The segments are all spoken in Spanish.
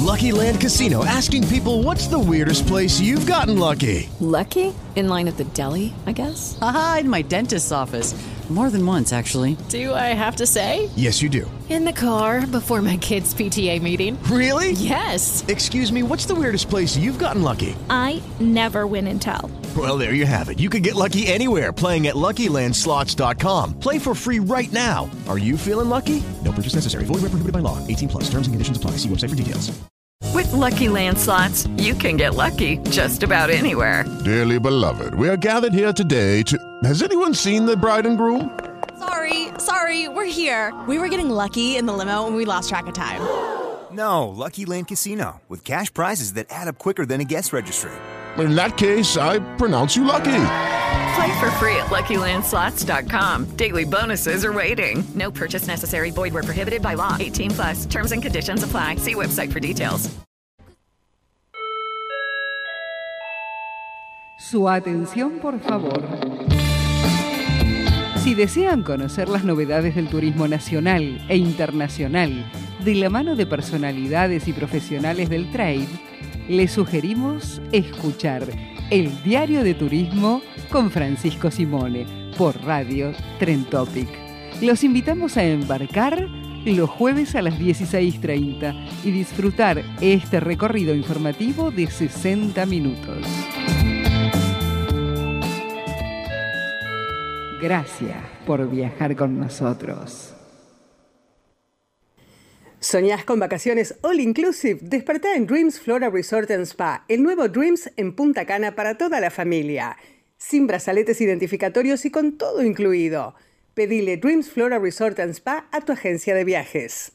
Lucky Land Casino, asking people, what's the weirdest place you've gotten lucky? Lucky? In line at the deli, I guess? Aha, in my dentist's office. More than once, actually. Do I have to say? Yes, you do. In the car before my kids' PTA meeting. Really? Yes. Excuse me, what's the weirdest place you've gotten lucky? I never win and tell. Well, there you have it. You can get lucky anywhere, playing at LuckyLandSlots.com. Play for free right now. Are you feeling lucky? No purchase necessary. Void where prohibited by law. 18+. Terms and conditions apply. See website for details. With Lucky Land Slots, you can get lucky just about anywhere. Dearly beloved, we are gathered here today to... Has anyone seen the bride and groom? Sorry, we're here. We were getting lucky in the limo and we lost track of time. No, Lucky Land Casino, with cash prizes that add up quicker than a guest registry. In that case, I pronounce you lucky. Play for free at LuckyLandSlots.com. Daily bonuses are waiting. No purchase necessary. Void where prohibited by law. 18+. Terms and conditions apply. See website for details. Su atención, por favor. Si desean conocer las novedades del turismo nacional e internacional de la mano de personalidades y profesionales del trade, les sugerimos escuchar El Diario de Turismo con Francisco Simone por Radio Trend Topic. Los invitamos a embarcar los jueves a las 16:30 y disfrutar este recorrido informativo de 60 minutos. Gracias por viajar con nosotros. ¿Soñás con vacaciones all inclusive? Despertá en Dreams Flora Resort & Spa, el nuevo Dreams en Punta Cana para toda la familia. Sin brazaletes identificatorios y con todo incluido. Pedile Dreams Flora Resort & Spa a tu agencia de viajes.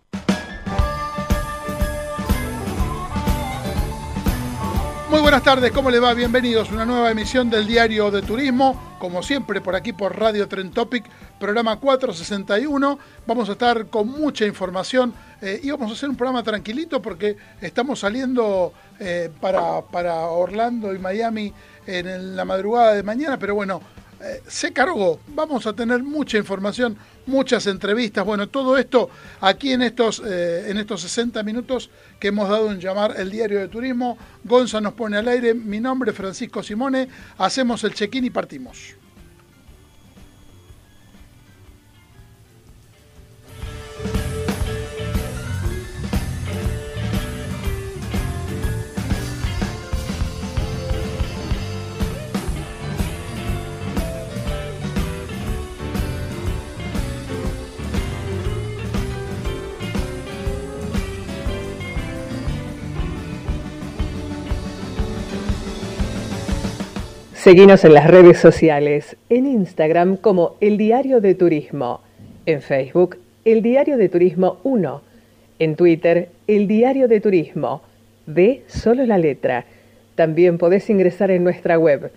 Muy buenas tardes, ¿cómo les va? Bienvenidos a una nueva emisión del Diario de Turismo, como siempre por aquí por Radio Trend Topic, programa 461. Vamos a estar con mucha información y vamos a hacer un programa tranquilito porque estamos saliendo para Orlando y Miami en la madrugada de mañana, pero bueno, se cargó. Vamos a tener mucha información, muchas entrevistas, bueno, todo esto aquí en estos 60 minutos que hemos dado en llamar el Diario de Turismo. Gonza nos pone al aire, mi nombre es Francisco Simone, hacemos el check-in y partimos. Seguinos en las redes sociales, en Instagram como El Diario de Turismo, en Facebook El Diario de Turismo 1, en Twitter El Diario de Turismo, de solo la letra. También podés ingresar en nuestra web,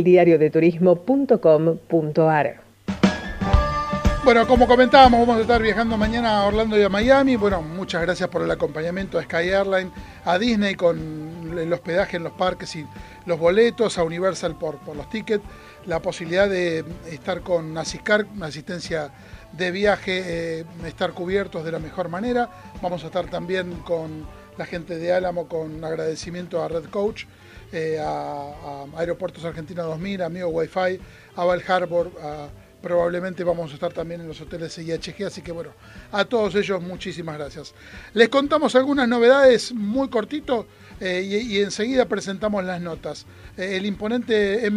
eldiariodeturismo.com.ar. Bueno, como comentábamos, vamos a estar viajando mañana a Orlando y a Miami. Bueno, muchas gracias por el acompañamiento a Sky Airline, a Disney con el hospedaje en los parques y los boletos, a Universal por los tickets, la posibilidad de estar con Asiscar, una asistencia de viaje, estar cubiertos de la mejor manera. Vamos a estar también con la gente de Álamo con agradecimiento a Red Coach, a Aeropuertos Argentina 2000, a Amigo Wi-Fi, a Val Harbor, probablemente vamos a estar también en los hoteles IHG, así que bueno, a todos ellos muchísimas gracias. Les contamos algunas novedades muy cortito y enseguida presentamos las notas. El imponente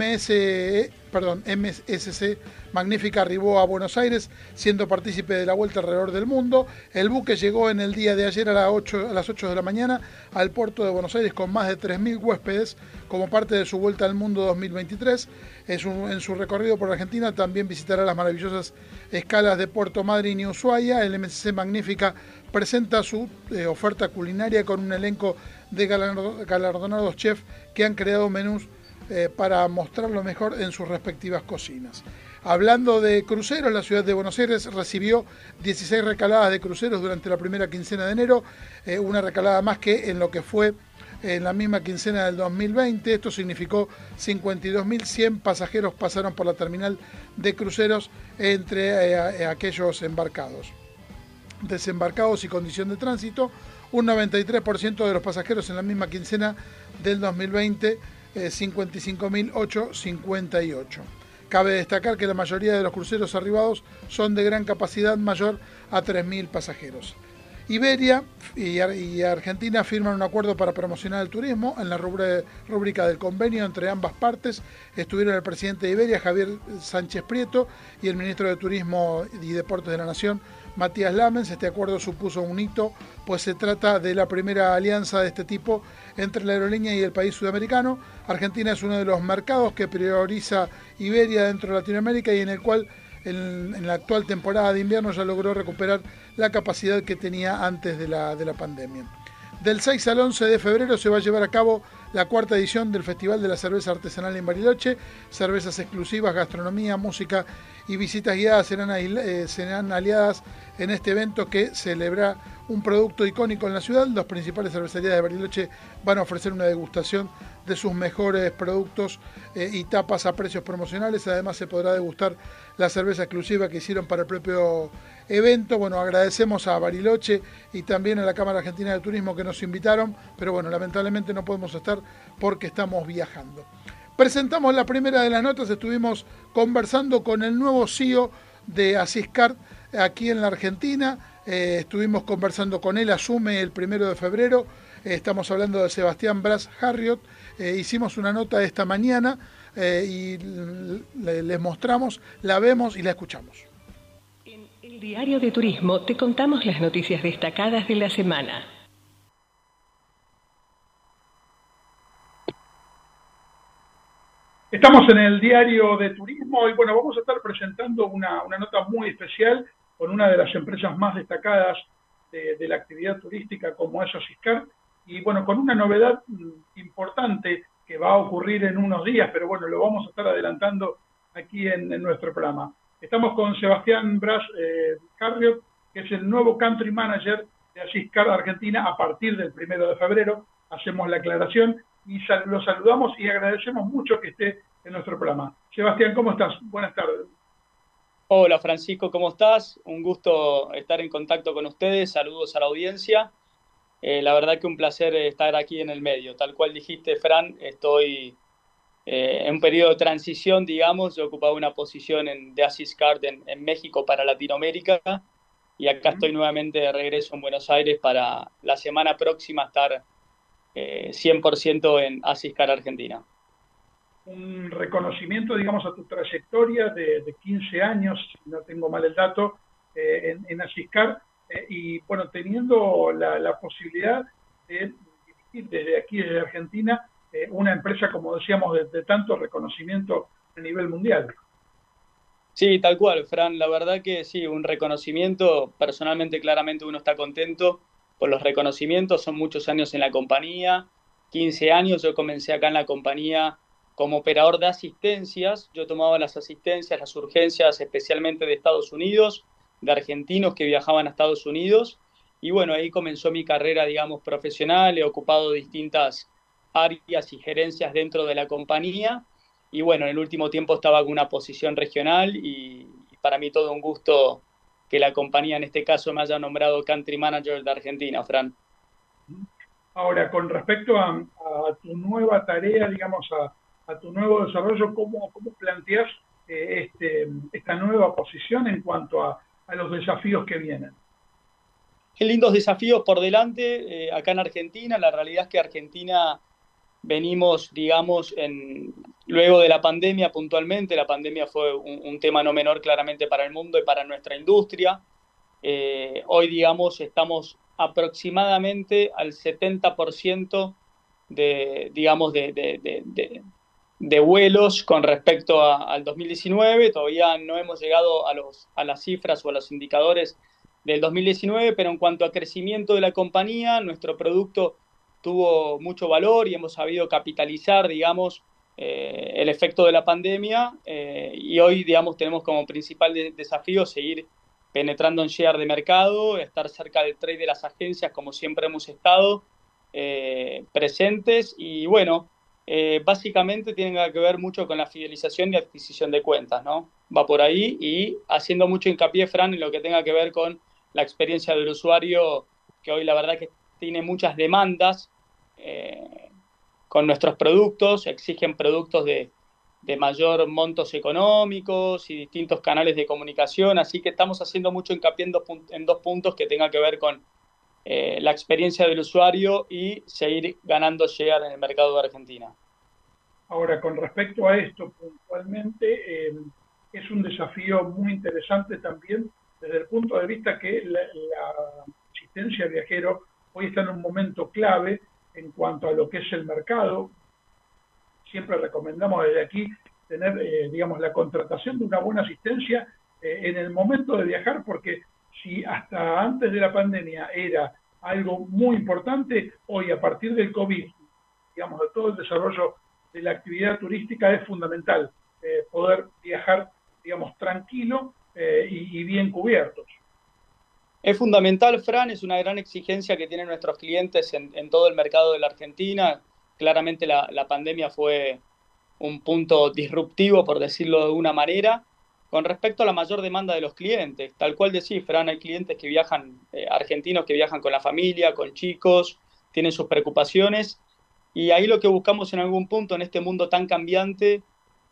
MSC Magnífica arribó a Buenos Aires siendo partícipe de la vuelta alrededor del mundo. El buque llegó en el día de ayer a las 8 de la mañana al puerto de Buenos Aires con más de 3.000 huéspedes como parte de su vuelta al mundo 2023. En su recorrido por Argentina también visitará las maravillosas escalas de Puerto Madryn y Ushuaia. El MSC Magnífica presenta su oferta culinaria con un elenco de galardonados chefs que han creado menús para mostrar lo mejor en sus respectivas cocinas. Hablando de cruceros, la ciudad de Buenos Aires recibió 16 recaladas de cruceros durante la primera quincena de enero, una recalada más que en lo que fue en la misma quincena del 2020. Esto significó 52.100 pasajeros pasaron por la terminal de cruceros entre aquellos embarcados, desembarcados y condición de tránsito. un 93% de los pasajeros en la misma quincena del 2020, 55.858. Cabe destacar que la mayoría de los cruceros arribados son de gran capacidad mayor a 3.000 pasajeros. Iberia y Argentina firman un acuerdo para promocionar el turismo. En la rúbrica del convenio entre ambas partes estuvieron el presidente de Iberia, Javier Sánchez Prieto, y el ministro de Turismo y Deportes de la Nación, Matías Lamens. Este acuerdo supuso un hito, pues se trata de la primera alianza de este tipo entre la aerolínea y el país sudamericano. Argentina es uno de los mercados que prioriza Iberia dentro de Latinoamérica y en el cual en la actual temporada de invierno ya logró recuperar la capacidad que tenía antes de la pandemia. Del 6 al 11 de febrero se va a llevar a cabo la cuarta edición del Festival de la Cerveza Artesanal en Bariloche. Cervezas exclusivas, gastronomía, música y visitas guiadas serán aliadas en este evento que celebra un producto icónico en la ciudad. Las principales cervecerías de Bariloche van a ofrecer una degustación de sus mejores productos y tapas a precios promocionales. Además se podrá degustar la cerveza exclusiva que hicieron para el propio evento. Bueno, agradecemos a Bariloche y también a la Cámara Argentina de Turismo que nos invitaron, pero bueno, lamentablemente no podemos estar porque estamos viajando. Presentamos la primera de las notas, estuvimos conversando con el nuevo CEO de Asiscard aquí en la Argentina, estuvimos conversando con él, asume el 1 de febrero, estamos hablando de Sebastián Bras Harriot, hicimos una nota esta mañana y les mostramos, la vemos y la escuchamos. En el Diario de Turismo te contamos las noticias destacadas de la semana. Estamos en el Diario de Turismo y bueno, vamos a estar presentando una nota muy especial con una de las empresas más destacadas de la actividad turística como es Asiscard y bueno, con una novedad importante que va a ocurrir en unos días, pero bueno, lo vamos a estar adelantando aquí en nuestro programa. Estamos con Sebastián Bras Harriot, que es el nuevo Country Manager de Asiscard Argentina a partir del 1 de febrero. Hacemos la aclaración y lo saludamos y agradecemos mucho que esté en nuestro programa. Sebastián, ¿cómo estás? Buenas tardes. Hola Francisco, ¿cómo estás? Un gusto estar en contacto con ustedes, saludos a la audiencia. La verdad que un placer estar aquí en el medio. Tal cual dijiste, Fran, estoy en un periodo de transición, digamos. Yo ocupaba una posición de Asiscard en México para Latinoamérica y acá estoy nuevamente de regreso en Buenos Aires para la semana próxima estar 100% en Asiscard Argentina. Un reconocimiento, digamos, a tu trayectoria de 15 años, si no tengo mal el dato, en Asiscard, y bueno, teniendo la posibilidad de dirigir desde aquí, desde Argentina, una empresa, como decíamos, de tanto reconocimiento a nivel mundial. Sí, tal cual, Fran, la verdad que sí, un reconocimiento, personalmente claramente uno está contento por los reconocimientos, son muchos años en la compañía, 15 años, yo comencé acá en la compañía como operador de asistencias, yo tomaba las asistencias, las urgencias especialmente de Estados Unidos, de argentinos que viajaban a Estados Unidos, y bueno, ahí comenzó mi carrera, digamos, profesional, he ocupado distintas áreas y gerencias dentro de la compañía, y bueno, en el último tiempo estaba en una posición regional, y para mí todo un gusto que la compañía en este caso me haya nombrado Country Manager de Argentina, Fran. Ahora, con respecto a tu nueva tarea, digamos, a tu nuevo desarrollo, ¿cómo planteas esta nueva posición en cuanto a los desafíos que vienen? Qué lindos desafíos por delante acá en Argentina. La realidad es que Argentina venimos, digamos, luego de la pandemia puntualmente. La pandemia fue un tema no menor claramente para el mundo y para nuestra industria. Hoy, digamos, estamos aproximadamente al 70% de vuelos con respecto al 2019. Todavía no hemos llegado a las cifras o a los indicadores del 2019, pero en cuanto a crecimiento de la compañía, nuestro producto tuvo mucho valor y hemos sabido capitalizar, digamos, el efecto de la pandemia y hoy, digamos, tenemos como principal desafío seguir penetrando en share de mercado, estar cerca del trade de las agencias como siempre hemos estado presentes y bueno, básicamente tiene que ver mucho con la fidelización y adquisición de cuentas, ¿no? Va por ahí y haciendo mucho hincapié, Fran, en lo que tenga que ver con la experiencia del usuario, que hoy la verdad que tiene muchas demandas con nuestros productos, exigen productos de mayor montos económicos y distintos canales de comunicación, así que estamos haciendo mucho hincapié en dos puntos que tengan que ver con la experiencia del usuario y seguir ganando share en el mercado de Argentina. Ahora, con respecto a esto puntualmente, es un desafío muy interesante también desde el punto de vista que la asistencia al viajero hoy está en un momento clave en cuanto a lo que es el mercado. Siempre recomendamos desde aquí tener, digamos, la contratación de una buena asistencia en el momento de viajar, porque si hasta antes de la pandemia era algo muy importante, hoy a partir del COVID, digamos, de todo el desarrollo de la actividad turística es fundamental poder viajar, digamos, tranquilo y bien cubiertos. Es fundamental, Fran, es una gran exigencia que tienen nuestros clientes en todo el mercado de la Argentina. Claramente la pandemia fue un punto disruptivo, por decirlo de alguna manera, con respecto a la mayor demanda de los clientes. Tal cual decís, Fran, hay clientes que viajan, argentinos que viajan con la familia, con chicos, tienen sus preocupaciones, y ahí lo que buscamos en algún punto en este mundo tan cambiante,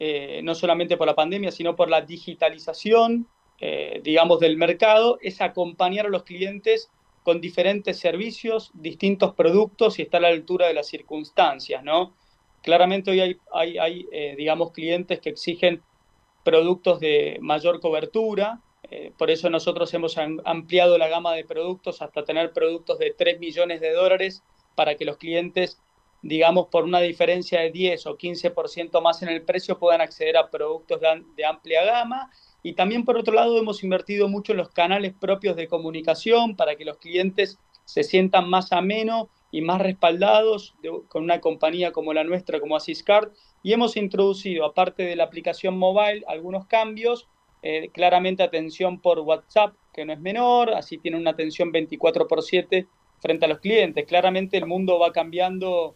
no solamente por la pandemia, sino por la digitalización, digamos, del mercado, es acompañar a los clientes con diferentes servicios, distintos productos y estar a la altura de las circunstancias, ¿no? Claramente hoy hay digamos, clientes que exigen productos de mayor cobertura, por eso nosotros hemos ampliado la gama de productos hasta tener productos de $3 millones para que los clientes, digamos, por una diferencia de 10 o 15% más en el precio puedan acceder a productos de amplia gama. Y también, por otro lado, hemos invertido mucho en los canales propios de comunicación para que los clientes se sientan más amenos y más respaldados con una compañía como la nuestra, como Asiscard. Y hemos introducido, aparte de la aplicación mobile, algunos cambios. Claramente atención por WhatsApp, que no es menor, así tiene una atención 24/7 frente a los clientes. Claramente el mundo va cambiando,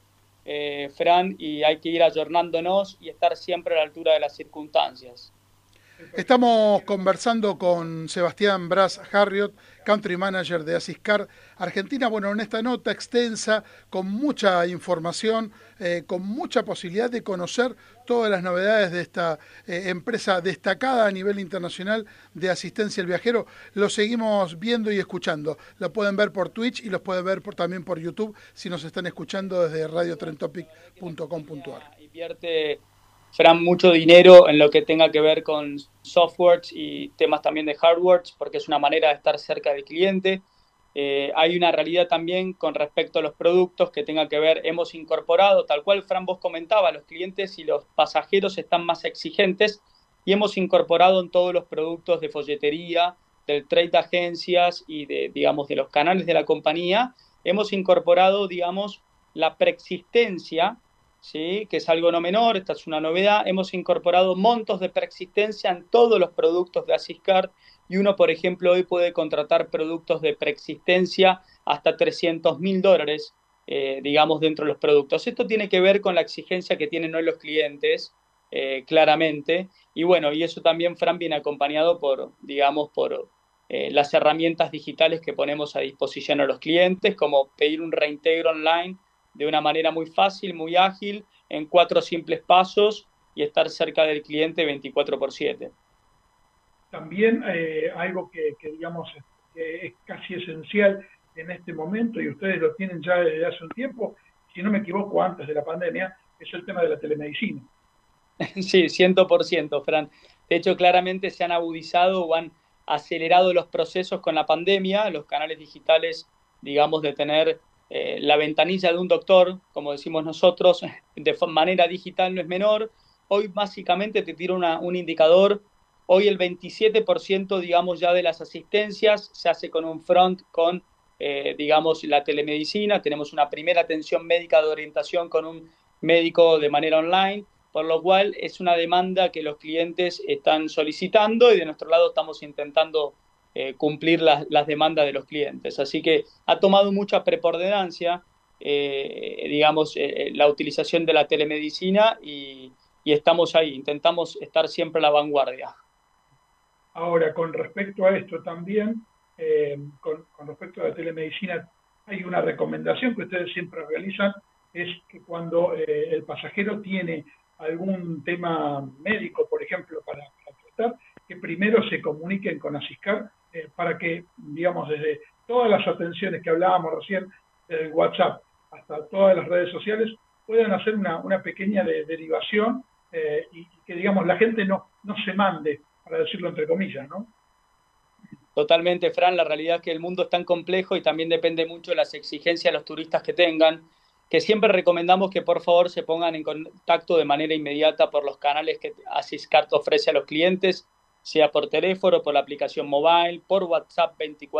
Fran, y hay que ir ayornándonos y estar siempre a la altura de las circunstancias. Estamos conversando con Sebastián Bras Harriot, Country Manager de Asiscard Argentina. Bueno, en esta nota extensa, con mucha información, con mucha posibilidad de conocer todas las novedades de esta empresa destacada a nivel internacional de asistencia al viajero. Lo seguimos viendo y escuchando. Lo pueden ver por Twitch y los pueden ver también por YouTube si nos están escuchando desde radiotrentopic.com.ar. Invierte, Fran, mucho dinero en lo que tenga que ver con softwares y temas también de hardwares, porque es una manera de estar cerca del cliente. Hay una realidad también con respecto a los productos que tenga que ver, hemos incorporado, tal cual Fran vos comentaba, los clientes y los pasajeros están más exigentes y hemos incorporado en todos los productos de folletería, del trade de agencias y de los canales de la compañía, hemos incorporado, digamos, la preexistencia, ¿sí? Que es algo no menor, esta es una novedad. Hemos incorporado montos de preexistencia en todos los productos de Asiscard y uno, por ejemplo, hoy puede contratar productos de preexistencia hasta $300.000, digamos, dentro de los productos. Esto tiene que ver con la exigencia que tienen hoy los clientes, claramente, y bueno, y eso también, Fran, viene acompañado por las herramientas digitales que ponemos a disposición a los clientes, como pedir un reintegro online de una manera muy fácil, muy ágil, en 4 simples pasos y estar cerca del cliente 24/7. También algo que digamos que es casi esencial en este momento, y ustedes lo tienen ya desde hace un tiempo, si no me equivoco, antes de la pandemia, es el tema de la telemedicina. Sí, 100%, Fran. De hecho, claramente se han agudizado o han acelerado los procesos con la pandemia, los canales digitales, digamos, de tener la ventanilla de un doctor, como decimos nosotros, de manera digital no es menor. Hoy básicamente te tiro un indicador. Hoy el 27%, digamos, ya de las asistencias se hace con un front con, digamos, la telemedicina. Tenemos una primera atención médica de orientación con un médico de manera online, por lo cual es una demanda que los clientes están solicitando y de nuestro lado estamos intentando cumplir las demandas de los clientes. Así que ha tomado mucha preponderancia, digamos, la utilización de la telemedicina y estamos ahí, intentamos estar siempre a la vanguardia. Ahora, con respecto a esto también, con respecto a la telemedicina, hay una recomendación que ustedes siempre realizan, es que cuando el pasajero tiene algún tema médico, por ejemplo, para tratar, que primero se comuniquen con Asiscar para que, digamos, desde todas las atenciones que hablábamos recién, desde el WhatsApp hasta todas las redes sociales, puedan hacer una pequeña derivación y que, digamos, la gente no se mande, para decirlo entre comillas, ¿no? Totalmente, Fran, la realidad es que el mundo es tan complejo y también depende mucho de las exigencias de los turistas que tengan, que siempre recomendamos que por favor se pongan en contacto de manera inmediata por los canales que Asiscar ofrece a los clientes, sea por teléfono, por la aplicación mobile, por WhatsApp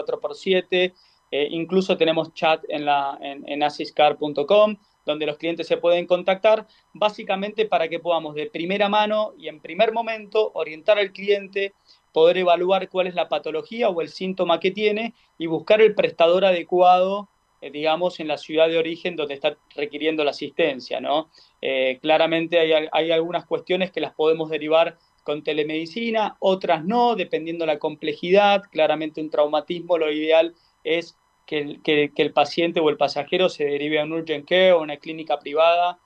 24/7, incluso tenemos chat en asiscar.com, donde los clientes se pueden contactar, básicamente para que podamos de primera mano y en primer momento orientar al cliente, poder evaluar cuál es la patología o el síntoma que tiene y buscar el prestador adecuado, digamos, en la ciudad de origen donde está requiriendo la asistencia, ¿no? Claramente hay algunas cuestiones que las podemos derivar con telemedicina, otras no, dependiendo de la complejidad. Claramente un traumatismo, lo ideal es que el paciente o el pasajero se derive a un urgent care o una clínica privada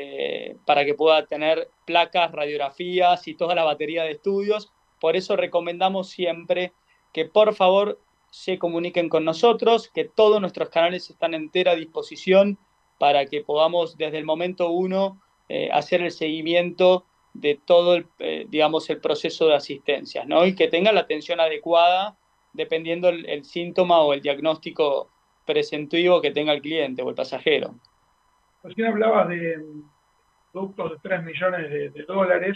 para que pueda tener placas, radiografías y toda la batería de estudios. Por eso recomendamos siempre que por favor se comuniquen con nosotros, que todos nuestros canales están en entera disposición para que podamos desde el momento uno hacer el seguimiento de todo digamos, el proceso de asistencia, ¿no? Y que tengan la atención adecuada dependiendo el síntoma o el diagnóstico presentivo que tenga el cliente o el pasajero. Recién hablabas de productos de 3 millones de dólares.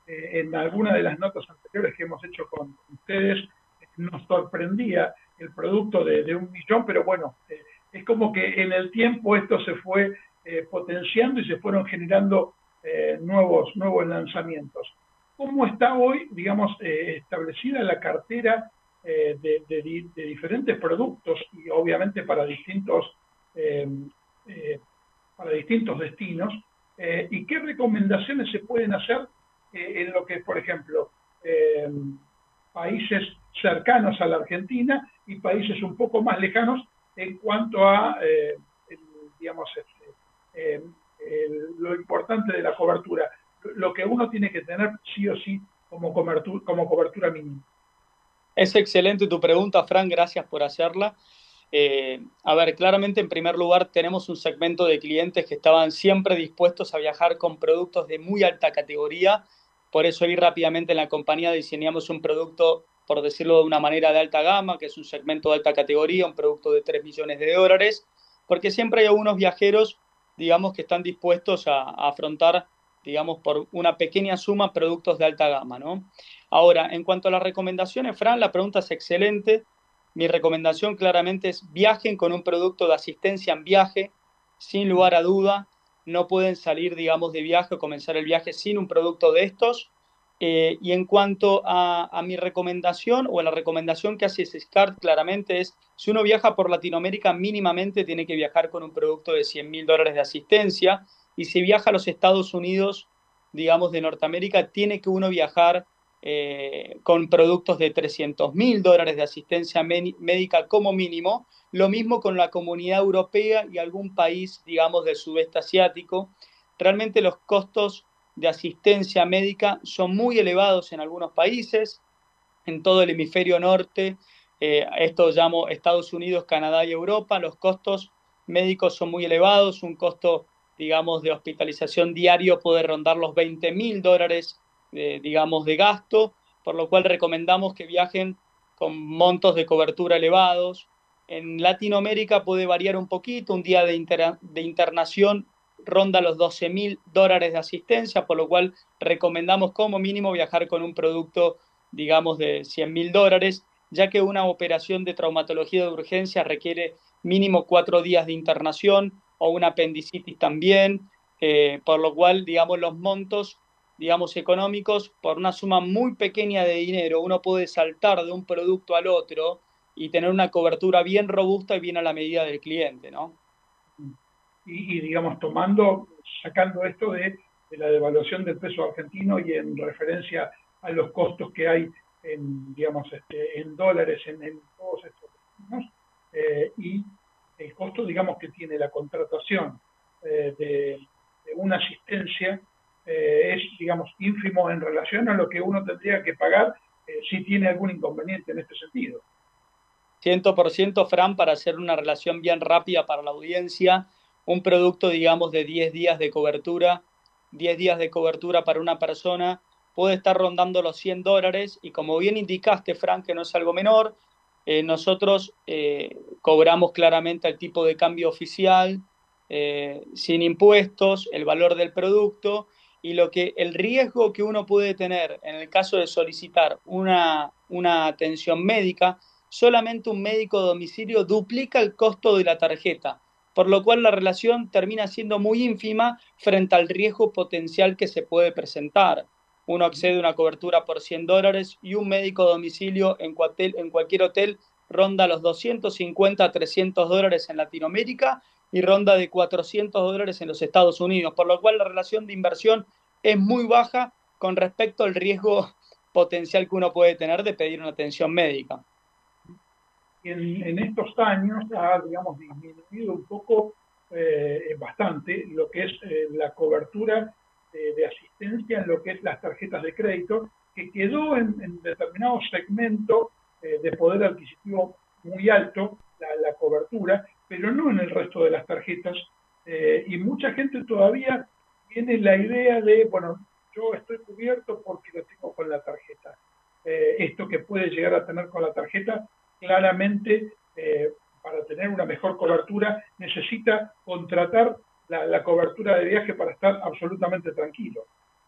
En alguna de las notas anteriores que hemos hecho con ustedes, nos sorprendía el producto de 1 millón, pero bueno, es como que en el tiempo esto se fue potenciando y se fueron generando nuevos lanzamientos. ¿Cómo está hoy, digamos, establecida la cartera de diferentes productos y obviamente para distintos destinos? ¿Y qué recomendaciones se pueden hacer en lo que, por ejemplo, países cercanos a la Argentina y países un poco más lejanos en cuanto a, digamos, lo importante de la cobertura, lo que uno tiene que tener sí o sí como cobertura mínima? Es excelente tu pregunta, Fran, gracias por hacerla. A ver, claramente en primer lugar tenemos un segmento de clientes que estaban siempre dispuestos a viajar con productos de muy alta categoría. Por eso ahí rápidamente en la compañía diseñamos un producto, por decirlo de una manera, de alta gama, que es un segmento de alta categoría, un producto de 3 millones de dólares, porque siempre hay algunos viajeros, digamos, que están dispuestos a afrontar, digamos, por una pequeña suma productos de alta gama, ¿no? Ahora, en cuanto a las recomendaciones, Fran, la pregunta es excelente. Mi recomendación claramente es viajen con un producto de asistencia en viaje, sin lugar a duda. No pueden salir, digamos, de viaje o comenzar el viaje sin un producto de estos. Y en cuanto a mi recomendación o a la recomendación que hace Asiscar, claramente es, si uno viaja por Latinoamérica, mínimamente tiene que viajar con un producto de $100.000 de asistencia. Y si viaja a los Estados Unidos, digamos, de Norteamérica, tiene que uno viajar con productos de $300.000 de asistencia médica como mínimo. Lo mismo con la Comunidad Europea y algún país, digamos, del sudeste asiático. Realmente los costos de asistencia médica son muy elevados en algunos países, en todo el hemisferio norte, esto llamo Estados Unidos, Canadá y Europa. Los costos médicos son muy elevados, un costo, digamos, de hospitalización diario puede rondar los $20.000, digamos, de gasto, por lo cual recomendamos que viajen con montos de cobertura elevados. En Latinoamérica puede variar un poquito, un día de internación ronda los $12.000 de asistencia, por lo cual recomendamos como mínimo viajar con un producto, digamos, de $100.000, ya que una operación de traumatología de urgencia requiere mínimo 4 días de internación o una apendicitis también, por lo cual, digamos, los montos, digamos, económicos, por una suma muy pequeña de dinero, uno puede saltar de un producto al otro y tener una cobertura bien robusta y bien a la medida del cliente, ¿no? Y digamos, sacando esto de la devaluación del peso argentino y en referencia a los costos que hay en, digamos, en dólares en todos estos destinos, y el costo, digamos, que tiene la contratación de una asistencia es, digamos, ínfimo en relación a lo que uno tendría que pagar si tiene algún inconveniente en este sentido. 100%, Fran, para hacer una relación bien rápida para la audiencia, un producto, digamos, de 10 días de cobertura, 10 días de cobertura para una persona puede estar rondando los $100 y como bien indicaste, Fran, que no es algo menor, nosotros cobramos claramente el tipo de cambio oficial, sin impuestos, el valor del producto y el riesgo que uno puede tener en el caso de solicitar una atención médica. Solamente un médico de domicilio duplica el costo de la tarjeta, por lo cual la relación termina siendo muy ínfima frente al riesgo potencial que se puede presentar. Uno accede a una cobertura por $100 y un médico de domicilio en cualquier hotel ronda los $250 a $300 en Latinoamérica y ronda de $400 en los Estados Unidos, por lo cual la relación de inversión es muy baja con respecto al riesgo potencial que uno puede tener de pedir una atención médica. En estos años ha, digamos, disminuido un poco, bastante, lo que es la cobertura de asistencia en lo que es las tarjetas de crédito, que quedó en determinado segmento de poder adquisitivo muy alto, la cobertura, pero no en el resto de las tarjetas, y mucha gente todavía tiene la idea de, bueno, yo estoy cubierto porque lo tengo con la tarjeta. Esto que puede llegar a tener con la tarjeta, claramente, para tener una mejor cobertura, necesita contratar la cobertura de viaje para estar absolutamente tranquilo.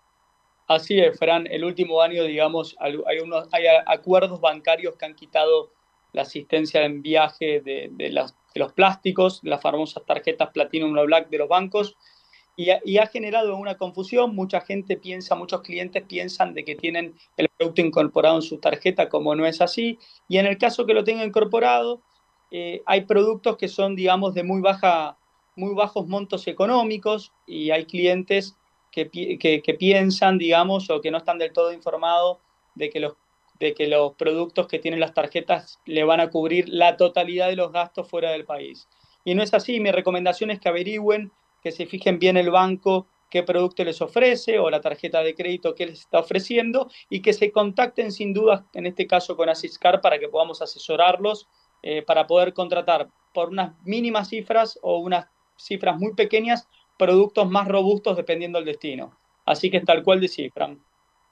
Así es, Fran. El último año, digamos, hay acuerdos bancarios que han quitado la asistencia en viaje de los plásticos, las famosas tarjetas Platinum o Black de los bancos, y ha generado una confusión. Muchos clientes piensan de que tienen el producto incorporado en su tarjeta, como no es así, y en el caso que lo tenga incorporado, hay productos que son, digamos, de muy bajos montos económicos, y hay clientes que piensan, digamos, o que no están del todo informados de que los productos que tienen las tarjetas le van a cubrir la totalidad de los gastos fuera del país. Y no es así. Mi recomendación es que averigüen, que se fijen bien el banco qué producto les ofrece o la tarjeta de crédito que les está ofreciendo y que se contacten sin duda, en este caso con Asiscar, para que podamos asesorarlos para poder contratar por unas mínimas cifras o unas cifras muy pequeñas productos más robustos dependiendo del destino. Así que tal cual decís, Fran.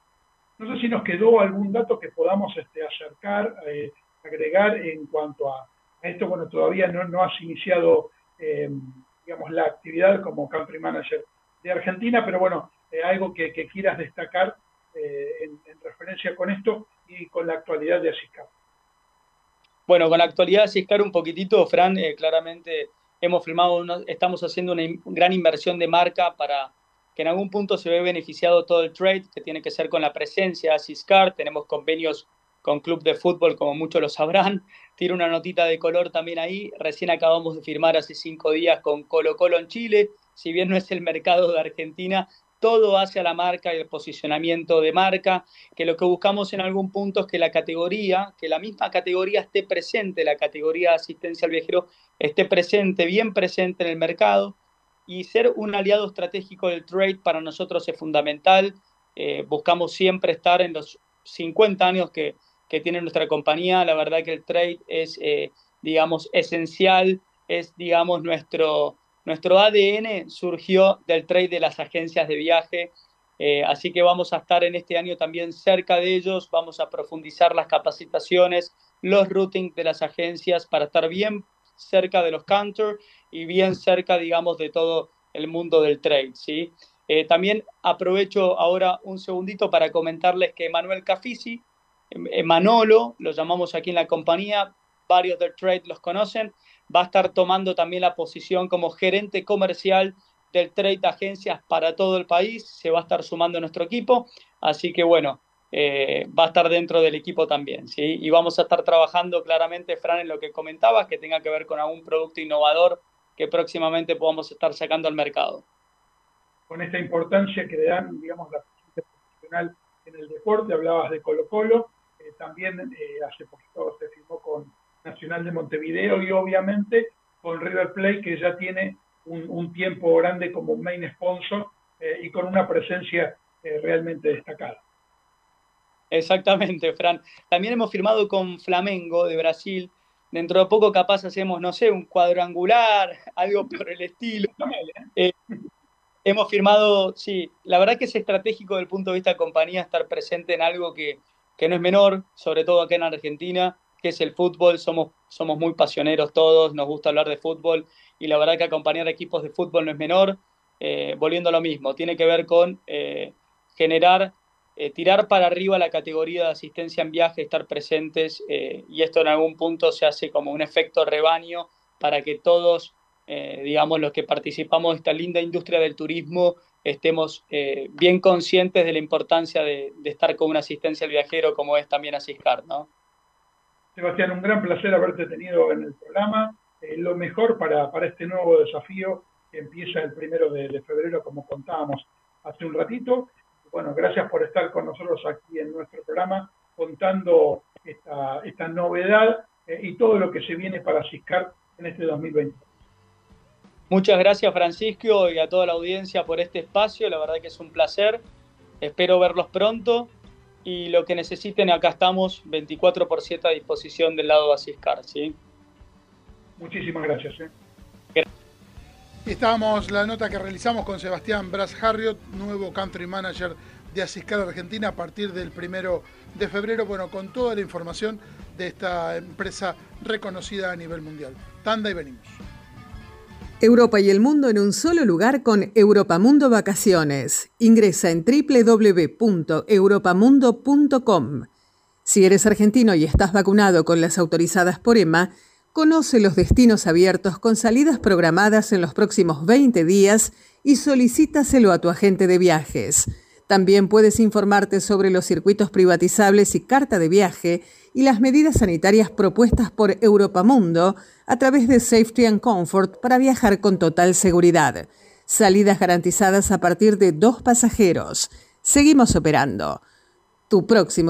No sé si nos quedó algún dato que podamos acercar, agregar en cuanto a esto. Bueno, todavía no has iniciado digamos, la actividad como Country Manager de Argentina, pero bueno, algo que quieras destacar en referencia con esto y con la actualidad de Asiscar. Bueno, con la actualidad de Asiscar un poquitito, Fran, claramente estamos haciendo una gran inversión de marca para que en algún punto se ve beneficiado todo el trade, que tiene que ser con la presencia de Asiscar. Tenemos convenios con club de fútbol, como muchos lo sabrán. Tiro una notita de color también ahí. Recién acabamos de firmar hace 5 días con Colo-Colo en Chile. Si bien no es el mercado de Argentina, todo hacia la marca y el posicionamiento de marca, que lo que buscamos en algún punto es que la misma categoría esté presente, la categoría de asistencia al viajero esté presente, bien presente en el mercado, y ser un aliado estratégico del trade para nosotros es fundamental. Buscamos siempre estar en los 50 años que tiene nuestra compañía. La verdad que el trade es, digamos, esencial, es, digamos, nuestro ADN surgió del trade de las agencias de viaje, así que vamos a estar en este año también cerca de ellos, vamos a profundizar las capacitaciones, los routings de las agencias para estar bien cerca de los counters y bien cerca, digamos, de todo el mundo del trade, ¿sí? También aprovecho ahora un segundito para comentarles que Manuel Cafisi, Manolo, lo llamamos aquí en la compañía, varios del trade los conocen, va a estar tomando también la posición como gerente comercial del trade de agencias para todo el país, se va a estar sumando a nuestro equipo, así que bueno, va a estar dentro del equipo también, ¿sí? Y vamos a estar trabajando claramente, Fran, en lo que comentabas, que tenga que ver con algún producto innovador que próximamente podamos estar sacando al mercado. Con esta importancia que le dan, digamos, la presencia profesional en el deporte, hablabas de Colo-Colo, también hace poquito se firmó con Nacional de Montevideo y obviamente con River Plate, que ya tiene un tiempo grande como main sponsor y con una presencia realmente destacada. Exactamente, Fran. También hemos firmado con Flamengo de Brasil. Dentro de poco capaz hacemos, no sé, un cuadrangular, algo por el estilo. Hemos firmado, sí, la verdad que es estratégico desde el punto de vista de compañía estar presente en algo que no es menor, sobre todo acá en Argentina, que es el fútbol. Somos muy pasioneros todos, nos gusta hablar de fútbol y la verdad que acompañar equipos de fútbol no es menor. Volviendo a lo mismo, tiene que ver con generar, tirar para arriba la categoría de asistencia en viaje, estar presentes y esto en algún punto se hace como un efecto rebaño para que todos, digamos, los que participamos de esta linda industria del turismo estemos bien conscientes de la importancia de estar con una asistencia al viajero como es también Asiscar, ¿no? Sebastián, un gran placer haberte tenido en el programa. Lo mejor para este nuevo desafío que empieza el 1 de febrero, como contábamos hace un ratito. Bueno, gracias por estar con nosotros aquí en nuestro programa, contando esta novedad y todo lo que se viene para Asiscar en este 2020. Muchas gracias, Francisco, y a toda la audiencia por este espacio. La verdad que es un placer. Espero verlos pronto y lo que necesiten, acá estamos 24/7 a disposición del lado de Asiscar, ¿sí? Muchísimas gracias. Estábamos la nota que realizamos con Sebastián Bras Harriot, nuevo Country Manager de Asiscar Argentina a partir del 1 de febrero, bueno, con toda la información de esta empresa reconocida a nivel mundial. Tanda y venimos. Europa y el mundo en un solo lugar con Europamundo Vacaciones. Ingresa en www.europamundo.com. Si eres argentino y estás vacunado con las autorizadas por EMA, conoce los destinos abiertos con salidas programadas en los próximos 20 días y solicítaselo a tu agente de viajes. También puedes informarte sobre los circuitos privatizables y carta de viaje y las medidas sanitarias propuestas por Europamundo a través de Safety and Comfort para viajar con total seguridad. Salidas garantizadas a partir de 2 pasajeros. Seguimos operando. Tu próximo.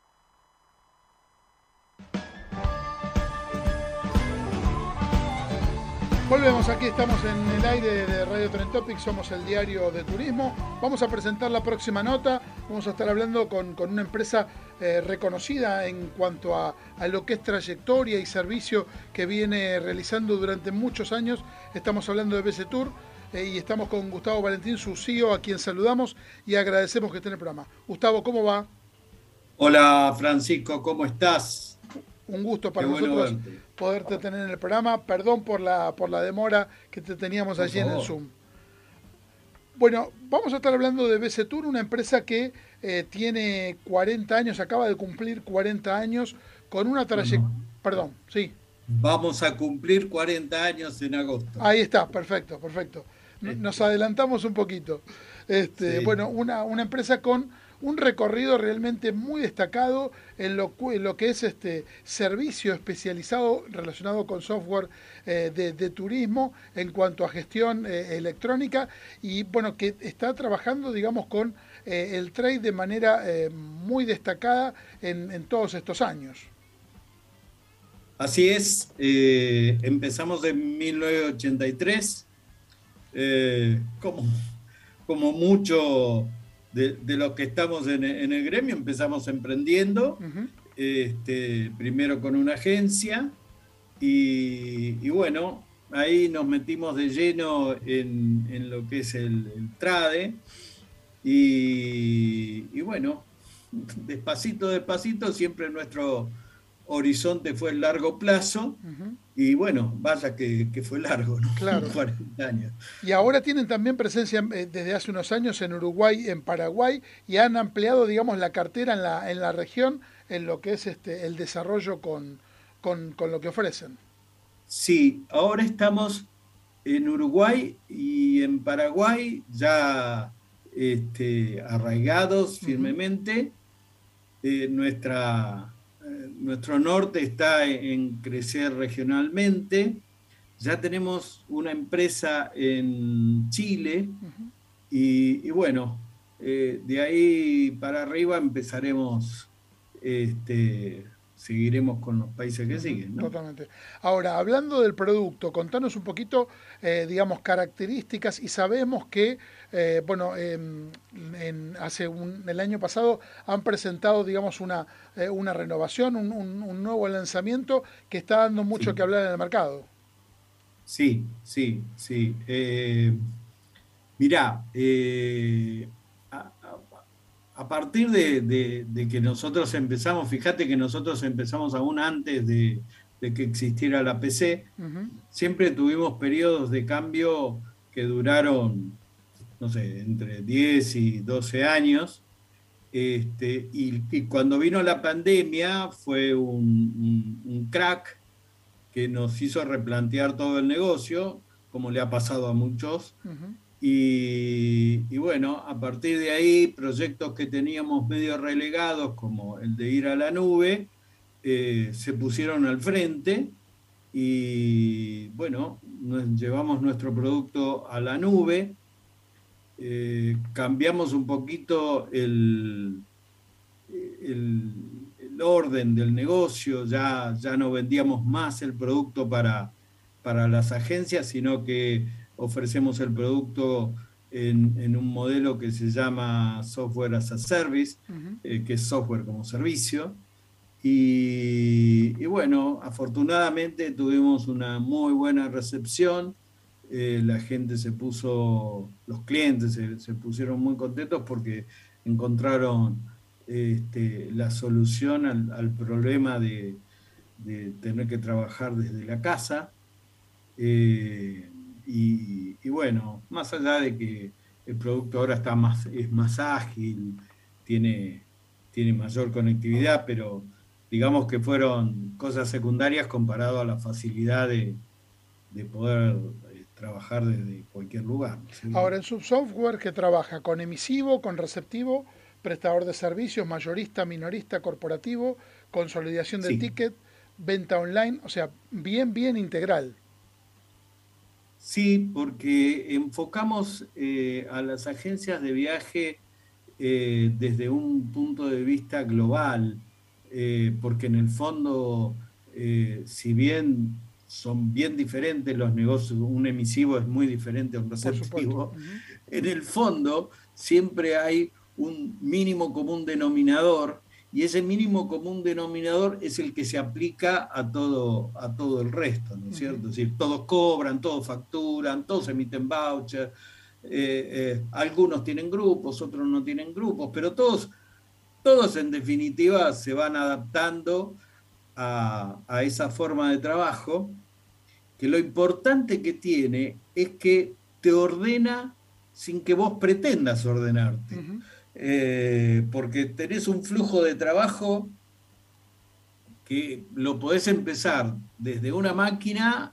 Volvemos, aquí estamos en el aire de Radio Trend Topics, somos el diario de turismo. Vamos a presentar la próxima nota, vamos a estar hablando con una empresa reconocida en cuanto a lo que es trayectoria y servicio que viene realizando durante muchos años. Estamos hablando de BC Tour y estamos con Gustavo Valentín, su CEO, a quien saludamos y agradecemos que esté en el programa. Gustavo, ¿cómo va? Hola Francisco, ¿cómo estás? Un gusto para nosotros poderte tener en el programa. Perdón por la demora que te teníamos allí en el Zoom. Bueno, vamos a estar hablando de BC Tour, una empresa que tiene 40 años, acaba de cumplir 40 años con una trayectoria... Perdón, sí. Vamos a cumplir 40 años en agosto. Ahí está, perfecto. Nos adelantamos un poquito. Sí. Bueno, una empresa con un recorrido realmente muy destacado en lo que es servicio especializado relacionado con software de turismo en cuanto a gestión electrónica y bueno, que está trabajando, digamos, con el trade de manera muy destacada en todos estos años. Así es, empezamos en 1983, como mucho de los que estamos en el gremio, empezamos emprendiendo, primero con una agencia y bueno, ahí nos metimos de lleno en lo que es el trade y bueno, despacito, siempre nuestro horizonte fue el largo plazo y bueno, vaya que fue largo, ¿no? Claro. 40 años. Y ahora tienen también presencia desde hace unos años en Uruguay, en Paraguay, y han ampliado, digamos, la cartera en la región en lo que es el desarrollo con lo que ofrecen. Sí, ahora estamos en Uruguay y en Paraguay ya arraigados firmemente. Nuestro norte está en crecer regionalmente. Ya tenemos una empresa en Chile y bueno, de ahí para arriba empezaremos seguiremos con los países que siguen, ¿no? Totalmente. Ahora, hablando del producto, contanos un poquito, digamos, características, y sabemos que, el año pasado han presentado, digamos, una renovación, un nuevo lanzamiento que está dando mucho que hablar en el mercado. Sí. Mirá, a partir de que nosotros empezamos, fíjate que nosotros empezamos aún antes de que existiera la PC, siempre tuvimos periodos de cambio que duraron, no sé, entre 10 y 12 años, y cuando vino la pandemia fue un crack que nos hizo replantear todo el negocio, como le ha pasado a muchos. Y bueno, a partir de ahí, proyectos que teníamos medio relegados, como el de ir a la nube, se pusieron al frente y bueno, llevamos nuestro producto a la nube, cambiamos un poquito el orden del negocio, ya no vendíamos más el producto para las agencias, sino que ofrecemos el producto en un modelo que se llama Software as a Service, que es software como servicio. Y bueno, afortunadamente tuvimos una muy buena recepción. La gente los clientes se pusieron muy contentos porque encontraron la solución al problema de tener que trabajar desde la casa. Y bueno, más allá de que el producto ahora es más ágil, tiene mayor conectividad, pero digamos que fueron cosas secundarias comparado a la facilidad de poder trabajar desde cualquier lugar, ¿no? Ahora, en su software, ¿qué trabaja? ¿Con emisivo, con receptivo, prestador de servicios, mayorista, minorista, corporativo, consolidación del ticket, venta online? O sea, bien integral. Sí, porque enfocamos a las agencias de viaje desde un punto de vista global, porque en el fondo, si bien son bien diferentes los negocios, un emisivo es muy diferente a un receptivo, en el fondo siempre hay un mínimo común denominador, y ese mínimo común denominador es el que se aplica a todo el resto, ¿no es cierto? Es decir, todos cobran, todos facturan, todos emiten vouchers, algunos tienen grupos, otros no tienen grupos, pero todos en definitiva se van adaptando a esa forma de trabajo, que lo importante que tiene es que te ordena sin que vos pretendas ordenarte. Porque tenés un flujo de trabajo que lo podés empezar desde una máquina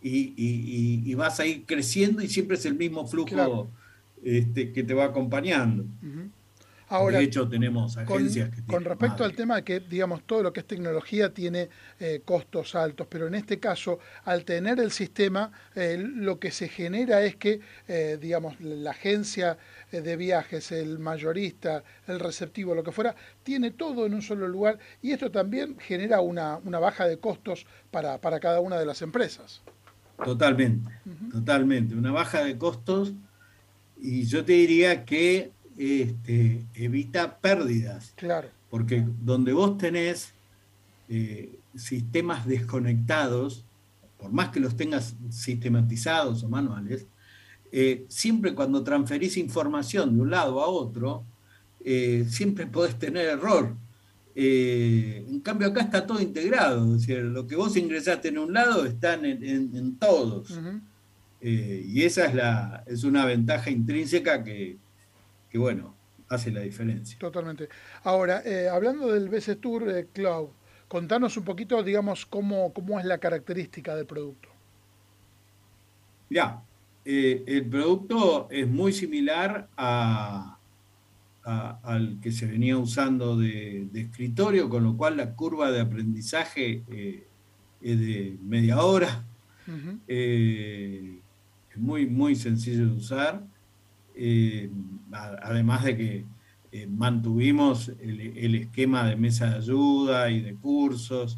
y vas a ir creciendo, y siempre es el mismo flujo que te va acompañando. Ahora, de hecho, tenemos agencias con respecto al tema de que, digamos, todo lo que es tecnología tiene costos altos, pero en este caso, al tener el sistema, lo que se genera es que, digamos, la agencia de viajes, el mayorista, el receptivo, lo que fuera, tiene todo en un solo lugar, y esto también genera una baja de costos para cada una de las empresas. Totalmente, una baja de costos, y yo te diría que evita pérdidas. Claro. Porque donde vos tenés sistemas desconectados, por más que los tengas sistematizados o manuales, siempre cuando transferís información de un lado a otro, siempre podés tener error. En cambio acá está todo integrado, es decir, lo que vos ingresaste en un lado está en todos. Y esa es una ventaja intrínseca que bueno, hace la diferencia. Totalmente. Ahora, hablando del BC Tour Cloud, contanos un poquito, digamos, cómo es la característica del producto. Mirá, el producto es muy similar al que se venía usando de escritorio, con lo cual la curva de aprendizaje es de media hora. Es muy sencillo de usar. Además de que mantuvimos el esquema de mesa de ayuda y de cursos.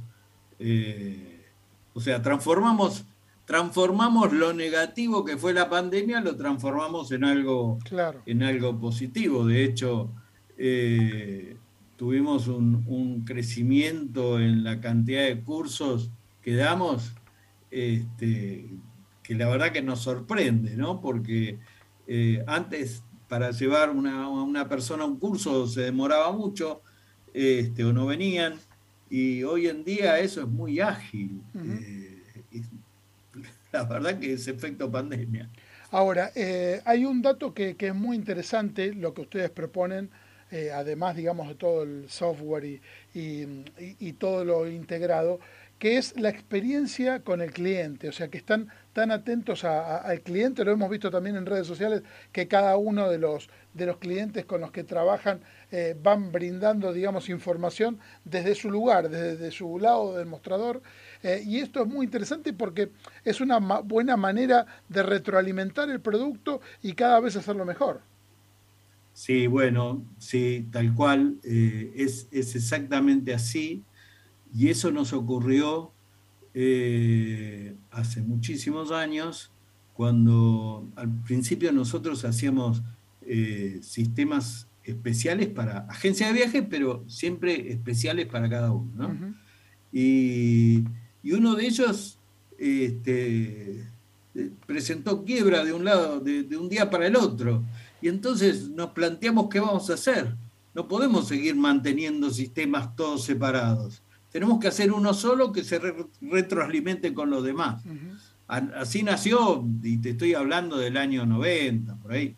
O sea, transformamos lo negativo que fue la pandemia, lo transformamos en algo positivo. De hecho, tuvimos un crecimiento en la cantidad de cursos que damos, que la verdad que nos sorprende, ¿no? Porque antes, para llevar una persona a un curso se demoraba mucho, o no venían, y hoy en día eso es muy ágil. La verdad que es efecto pandemia. Ahora, hay un dato que es muy interesante, lo que ustedes proponen, además, digamos, de todo el software y todo lo integrado, que es la experiencia con el cliente, o sea, que están tan atentos al cliente. Lo hemos visto también en redes sociales, que cada uno de los clientes con los que trabajan van brindando, digamos, información desde su lugar, desde su lado del mostrador, y esto es muy interesante porque es una buena manera de retroalimentar el producto y cada vez hacerlo mejor. Sí, bueno, sí, tal cual, es exactamente así. Y eso nos ocurrió hace muchísimos años, cuando al principio nosotros hacíamos sistemas especiales para agencias de viaje, pero siempre especiales para cada uno, ¿no? Uh-huh. Y uno de ellos presentó quiebra de un lado, de un día para el otro. Y entonces nos planteamos qué vamos a hacer. No podemos seguir manteniendo sistemas todos separados. Tenemos que hacer uno solo que se retroalimente con los demás. Uh-huh. Así nació, y te estoy hablando del año 90, por ahí.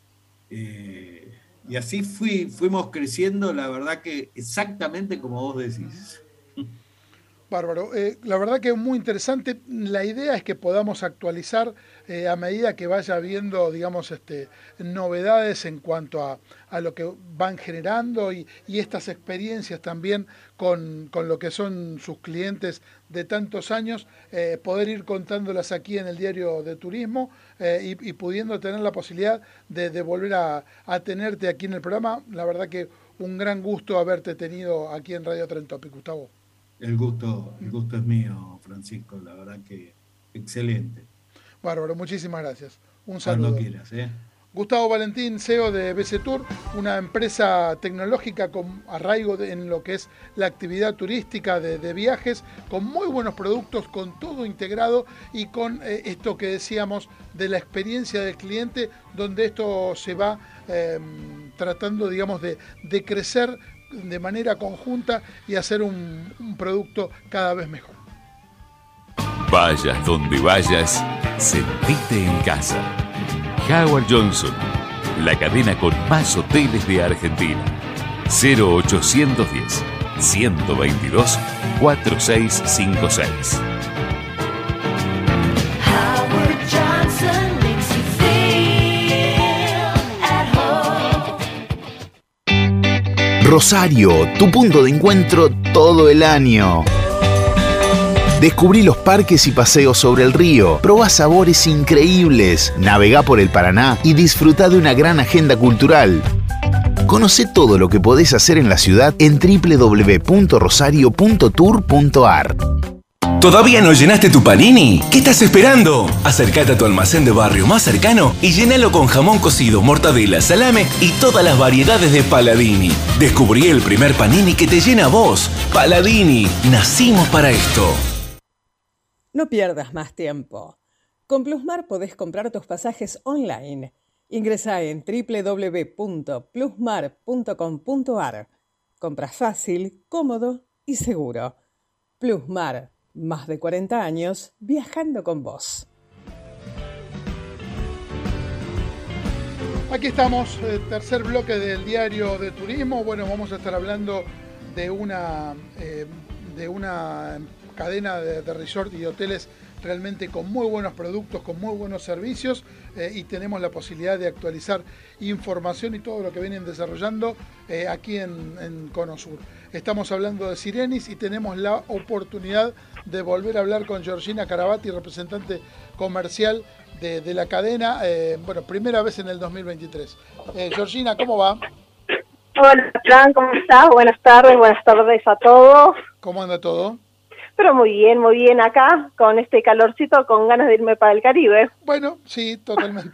Y así fuimos creciendo, la verdad que exactamente como vos decís. Bárbaro. La verdad que es muy interesante. La idea es que podamos actualizar a medida que vaya habiendo, digamos, novedades en cuanto a lo que van generando y estas experiencias también con lo que son sus clientes de tantos años, poder ir contándolas aquí en el Diario de Turismo y pudiendo tener la posibilidad de volver a tenerte aquí en el programa. La verdad que un gran gusto haberte tenido aquí en Radio Trend Topic, Gustavo. El gusto es mío, Francisco, la verdad que excelente. Bárbaro, muchísimas gracias. Un saludo. Cuando quieras, Gustavo Valentín, CEO de BC Tour, una empresa tecnológica con arraigo en lo que es la actividad turística de viajes, con muy buenos productos, con todo integrado y con esto que decíamos de la experiencia del cliente, donde esto se va tratando, digamos, de crecer de manera conjunta y hacer un producto cada vez mejor. Vayas donde vayas, sentite en casa. Howard Johnson, la cadena con más hoteles de Argentina. 0810 122 4656. Rosario, tu punto de encuentro todo el año. Descubrí los parques y paseos sobre el río, probá sabores increíbles, navegá por el Paraná y disfrutá de una gran agenda cultural. Conocé todo lo que podés hacer en la ciudad en www.rosario.tour.ar. ¿Todavía no llenaste tu panini? ¿Qué estás esperando? Acércate a tu almacén de barrio más cercano y llénalo con jamón cocido, mortadela, salame y todas las variedades de Paladini. Descubrí el primer panini que te llena a vos. Paladini, nacimos para esto. No pierdas más tiempo. Con Plusmar podés comprar tus pasajes online. Ingresá en www.plusmar.com.ar. Compras fácil, cómodo y seguro. Plusmar. Más de 40 años viajando con vos. Aquí estamos, tercer bloque del Diario de Turismo. Bueno, vamos a estar hablando de una cadena de resort y de hoteles realmente con muy buenos productos, con muy buenos servicios, y tenemos la posibilidad de actualizar información y todo lo que vienen desarrollando aquí en Cono Sur. Estamos hablando de Sirenis y tenemos la oportunidad de volver a hablar con Georgina Carabati, representante comercial de la cadena. Bueno, primera vez en el 2023. Georgina, ¿cómo va? Hola, Fran, ¿cómo estás? Buenas tardes a todos. ¿Cómo anda todo? Pero muy bien acá, con este calorcito, con ganas de irme para el Caribe. Bueno, sí, totalmente.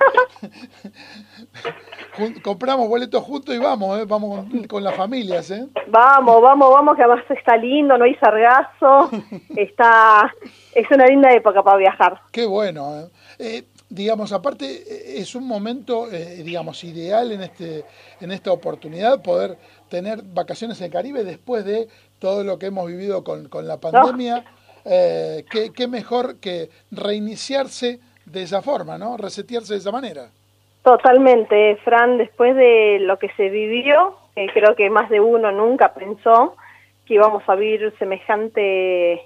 Compramos boletos juntos y vamos con las familias, ¿eh? Vamos, que además está lindo, no hay sargazo, es una linda época para viajar. Qué bueno, digamos, aparte es un momento, digamos, ideal en esta oportunidad, poder tener vacaciones en el Caribe después de todo lo que hemos vivido con la pandemia. Qué mejor que reiniciarse de esa forma, ¿no? Resetearse de esa manera. Totalmente, Fran, después de lo que se vivió, creo que más de uno nunca pensó que íbamos a vivir semejante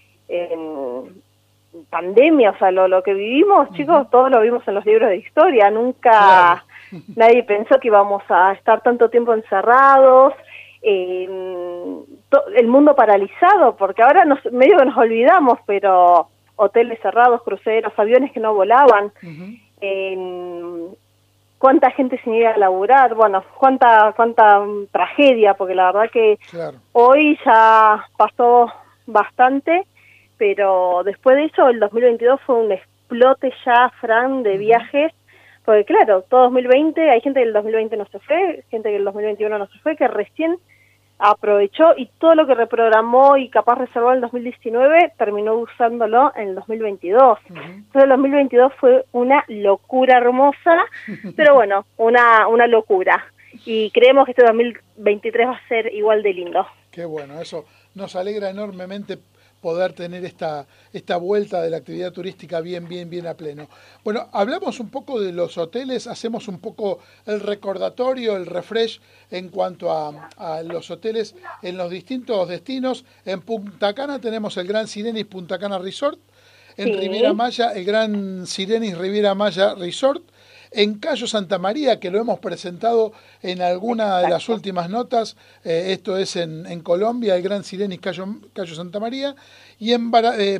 pandemia, o sea, lo que vivimos, chicos, todos lo vimos en los libros de historia, nunca nadie pensó que íbamos a estar tanto tiempo encerrados, el mundo paralizado, porque ahora medio que nos olvidamos, pero hoteles cerrados, cruceros, aviones que no volaban, cuánta gente sin ir a laburar, bueno, cuánta tragedia, porque la verdad que hoy ya pasó bastante, pero después de eso el 2022 fue un explote ya, Fran, de viajes, porque claro, todo 2020, hay gente que el 2020 no se fue, gente que el 2021 no se fue, que recién aprovechó y todo lo que reprogramó y capaz reservó en el 2019 terminó usándolo en el 2022. Entonces el 2022 fue una locura hermosa, pero bueno, una locura. Y creemos que este 2023 va a ser igual de lindo. Qué bueno, eso nos alegra enormemente poder tener esta vuelta de la actividad turística bien a pleno. Bueno, hablamos un poco de los hoteles, hacemos un poco el recordatorio, el refresh en cuanto a los hoteles en los distintos destinos. En Punta Cana tenemos el Gran Sirenis Punta Cana Resort, en Riviera Maya el Gran Sirenis Riviera Maya Resort, en Cayo Santa María, que lo hemos presentado en alguna de las últimas notas, esto es en Colombia, el Gran Sirenis Cayo Santa María, y en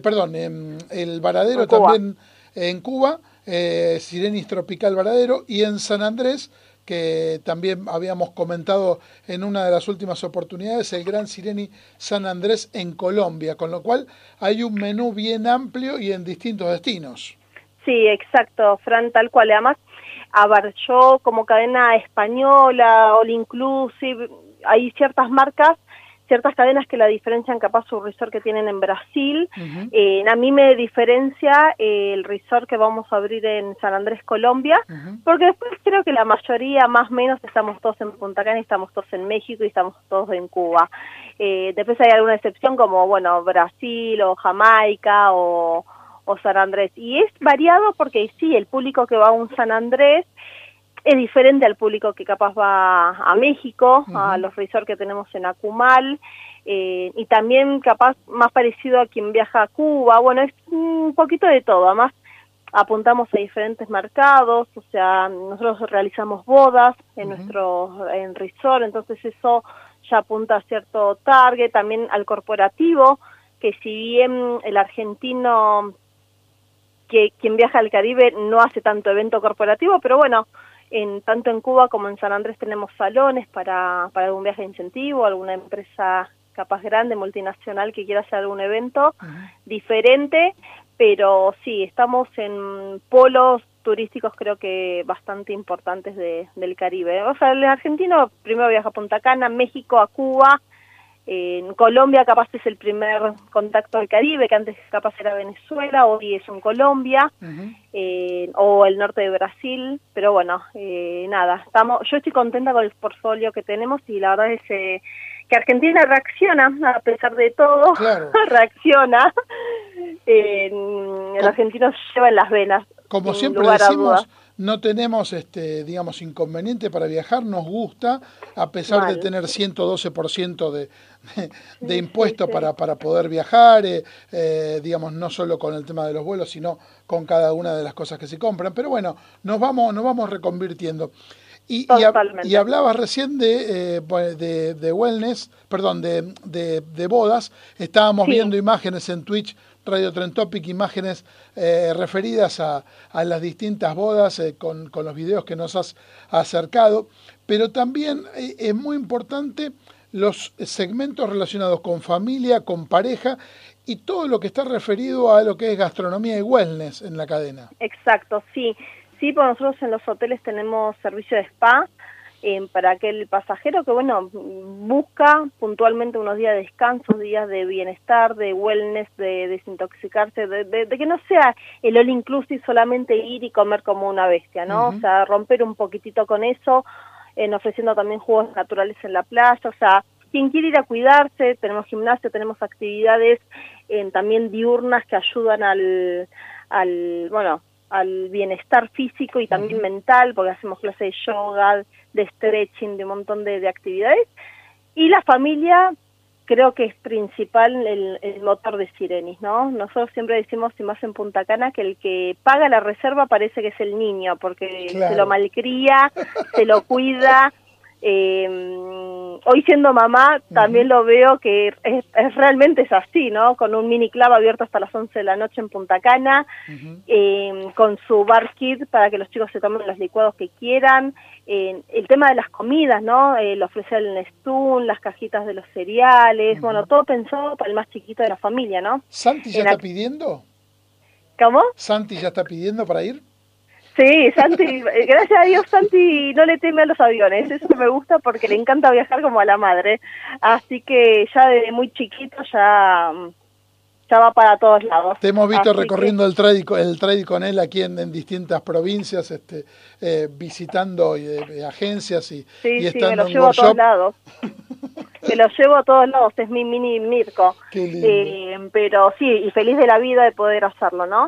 el Varadero también en Cuba, Sirenis Tropical Varadero, y en San Andrés, que también habíamos comentado en una de las últimas oportunidades, el Gran Sireni San Andrés en Colombia, con lo cual hay un menú bien amplio y en distintos destinos. Sí, exacto, Fran, tal cual. Además, abarcó como cadena española, all inclusive, hay ciertas marcas, ciertas cadenas que la diferencian capaz su resort que tienen en Brasil. A mí me diferencia el resort que vamos a abrir en San Andrés, Colombia, porque después creo que la mayoría, más o menos, estamos todos en Punta Cana, estamos todos en México y estamos todos en Cuba. Después hay alguna excepción como, bueno, Brasil o Jamaica o San Andrés. Y es variado porque sí, el público que va a un San Andrés es diferente al público que capaz va a México, a los resorts que tenemos en Acumal, y también capaz más parecido a quien viaja a Cuba. Bueno, es un poquito de todo. Además, apuntamos a diferentes mercados, o sea, nosotros realizamos bodas en en resort, entonces eso ya apunta a cierto target, también al corporativo, que si bien el argentino quien viaja al Caribe no hace tanto evento corporativo, pero bueno, tanto en Cuba como en San Andrés tenemos salones para algún viaje de incentivo, alguna empresa capaz grande, multinacional, que quiera hacer algún evento diferente, pero sí, estamos en polos turísticos creo que bastante importantes del Caribe. O sea, el argentino primero viaja a Punta Cana, México, a Cuba. En Colombia capaz es el primer contacto al Caribe, que antes capaz era Venezuela, hoy es en Colombia, o el norte de Brasil, pero bueno, nada, yo estoy contenta con el portfolio que tenemos y la verdad es que Argentina reacciona, a pesar de todo, reacciona, el argentino se lleva en las venas. Como siempre decimos, no tenemos, digamos, inconveniente para viajar, nos gusta, a pesar de tener 112% de impuesto para poder viajar, digamos, no solo con el tema de los vuelos, sino con cada una de las cosas que se compran. Pero bueno, nos vamos reconvirtiendo. Y hablabas recién de wellness, perdón, de bodas. Estábamos viendo imágenes en Twitch Radio Trend Topic imágenes referidas a las distintas bodas con los videos que nos has acercado, pero también es muy importante los segmentos relacionados con familia, con pareja y todo lo que está referido a lo que es gastronomía y wellness en la cadena. Exacto, sí. Sí, pues nosotros en los hoteles tenemos servicio de spa para aquel pasajero que, bueno, busca puntualmente unos días de descanso, días de bienestar, de wellness, de desintoxicarse, de que no sea el all inclusive solamente ir y comer como una bestia, ¿no? O sea, romper un poquitito con eso, ofreciendo también jugos naturales en la playa, o sea, quien quiere ir a cuidarse, tenemos gimnasio, tenemos actividades también diurnas que ayudan al bienestar físico y también mental, porque hacemos clases de yoga, de stretching, de un montón de actividades. Y la familia creo que es principal el motor de Sirenis, ¿no? Nosotros siempre decimos, y más en Punta Cana, que el que paga la reserva parece que es el niño, porque se lo malcría, se lo cuida. Hoy siendo mamá también lo veo que realmente es así, ¿no? Con un mini club abierto hasta las 11 de la noche en Punta Cana, con su bar kit para que los chicos se tomen los licuados que quieran, el tema de las comidas, ¿no? El ofrecer el Nestum, las cajitas de los cereales, bueno, todo pensado para el más chiquito de la familia, ¿no? ¿Santi ya está pidiendo? ¿Cómo? ¿Santi ya está pidiendo para ir? Sí, Santi, gracias a Dios Santi no le teme a los aviones, eso me gusta porque le encanta viajar como a la madre, así que ya desde muy chiquito ya va para todos lados. Te hemos visto recorriendo el trade con él aquí en distintas provincias, visitando agencias y estando me lo en llevo workshop. A todos lados. Me lo llevo a todos lados, es mi mini Mirko. Qué lindo. Pero sí, y feliz de la vida de poder hacerlo, ¿no?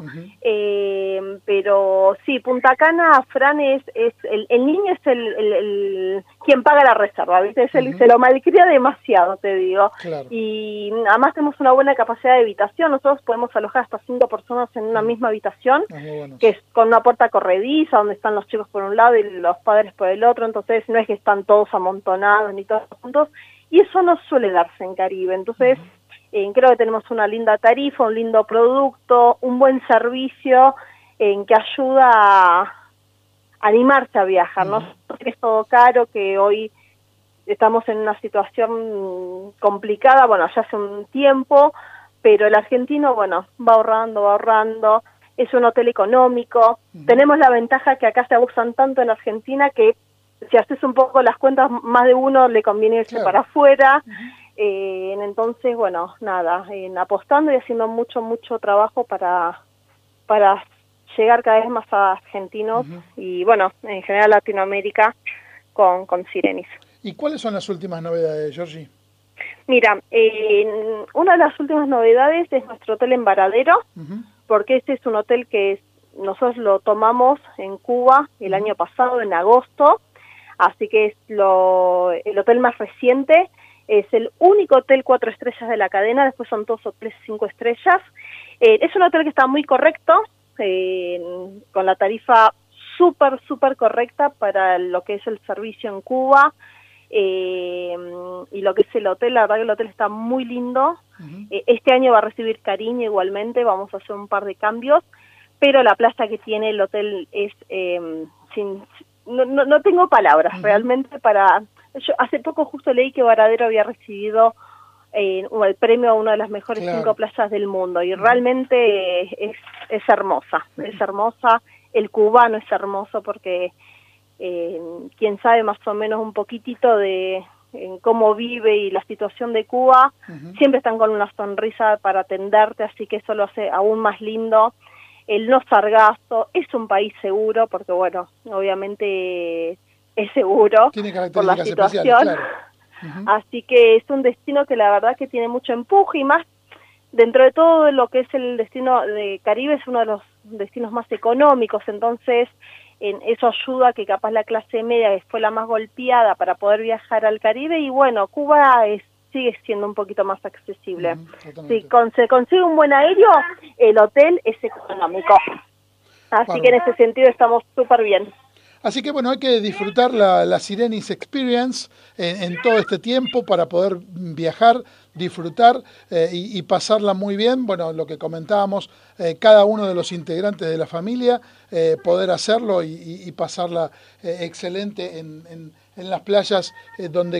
Pero sí, Punta Cana, Fran, el niño es el quien paga la reserva, ¿viste? Se lo malcría demasiado, te digo. Claro. Y además tenemos una buena capacidad de habitación, nosotros podemos alojar hasta 5 personas en una misma habitación, que es con una puerta corrediza, donde están los chicos por un lado y los padres por el otro, entonces no es que están todos amontonados ni todos juntos, y eso no suele darse en Caribe, entonces creo que tenemos una linda tarifa, un lindo producto, un buen servicio que ayuda a animarse a viajar, no que es todo caro, que hoy estamos en una situación complicada, bueno, ya hace un tiempo, pero el argentino, bueno, va ahorrando, es un hotel económico, tenemos la ventaja que acá se abusan tanto en Argentina que si haces un poco las cuentas, más de uno le conviene irse para afuera, entonces, bueno, nada, apostando y haciendo mucho trabajo para llegar cada vez más a argentinos y, bueno, en general Latinoamérica con Sirenis. ¿Y cuáles son las últimas novedades, Georgie? Mira, una de las últimas novedades es nuestro hotel en Varadero, porque este es un hotel que nosotros lo tomamos en Cuba el año pasado, en agosto, así que es el hotel más reciente, es el único hotel 4 estrellas de la cadena, después son todos hoteles 5 estrellas. Es un hotel que está muy correcto, con la tarifa súper correcta para lo que es el servicio en Cuba, y lo que es el hotel, la verdad que el hotel está muy lindo. Este año va a recibir cariño igualmente, vamos a hacer un par de cambios, pero la plaza que tiene el hotel es no tengo palabras realmente yo hace poco justo leí que Varadero había recibido el premio a una de las mejores 5 playas del mundo y realmente es hermosa, el cubano es hermoso porque quien sabe más o menos un poquitito de cómo vive y la situación de Cuba, siempre están con una sonrisa para atenderte, así que eso lo hace aún más lindo. El no sargazo, es un país seguro, porque bueno, obviamente es seguro por la situación, así que es un destino que la verdad que tiene mucho empuje y más dentro de todo lo que es el destino de Caribe es uno de los destinos más económicos, entonces eso ayuda a que capaz la clase media que fue la más golpeada para poder viajar al Caribe y bueno, Cuba sigue siendo un poquito más accesible. Si se consigue un buen aéreo, el hotel es económico. Así que en ese sentido estamos súper bien. Así que bueno, hay que disfrutar la Sirenis Experience en todo este tiempo para poder viajar, disfrutar y pasarla muy bien. Bueno, lo que comentábamos, cada uno de los integrantes de la familia, poder hacerlo y pasarla excelente en las playas donde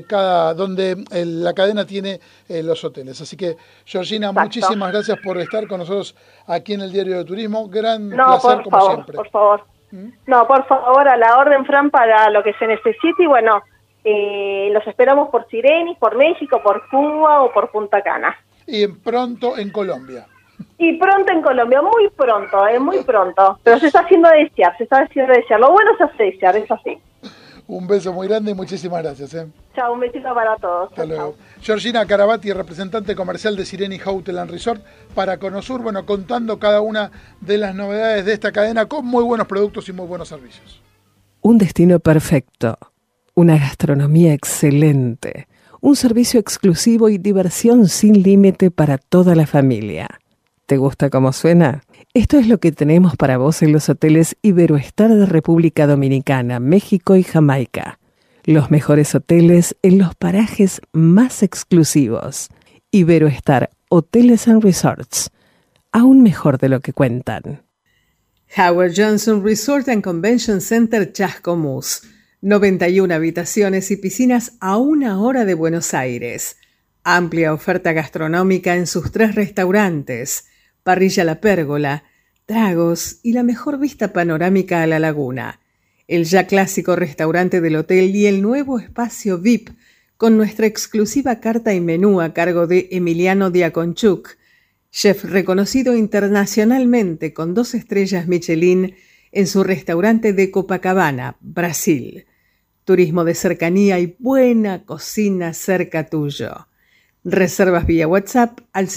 la cadena tiene los hoteles. Así que, Georgina, muchísimas gracias por estar con nosotros aquí en el Diario de Turismo. Gran placer, como siempre. Por favor. No, por favor, a la orden, Fran, para lo que se necesite. Y bueno, los esperamos por Sirenis, por México, por Cuba o por Punta Cana. Y pronto en Colombia. Y pronto en Colombia, muy pronto. Pero se está haciendo desear, Lo bueno se hace desear, es así. Un beso muy grande y muchísimas gracias. Chao, un besito para todos. Hasta luego. Georgina Carabati, representante comercial de Sirenis Hotel and Resort para Conosur, bueno, contando cada una de las novedades de esta cadena con muy buenos productos y muy buenos servicios. Un destino perfecto, una gastronomía excelente, un servicio exclusivo y diversión sin límite para toda la familia. ¿Te gusta cómo suena? Esto es lo que tenemos para vos en los hoteles Iberoestar de República Dominicana, México y Jamaica. Los mejores hoteles en los parajes más exclusivos. Iberoestar Hoteles and Resorts. Aún mejor de lo que cuentan. Howard Johnson Resort and Convention Center Chascomús. 91 habitaciones y piscinas a 1 hora de Buenos Aires. Amplia oferta gastronómica en sus 3 restaurantes. Parrilla La Pérgola, tragos y la mejor vista panorámica a la laguna. El ya clásico restaurante del hotel y el nuevo espacio VIP con nuestra exclusiva carta y menú a cargo de Emiliano Diaconchuk, chef reconocido internacionalmente con 2 estrellas Michelin en su restaurante de Copacabana, Brasil. Turismo de cercanía y buena cocina cerca tuyo. Reservas vía WhatsApp al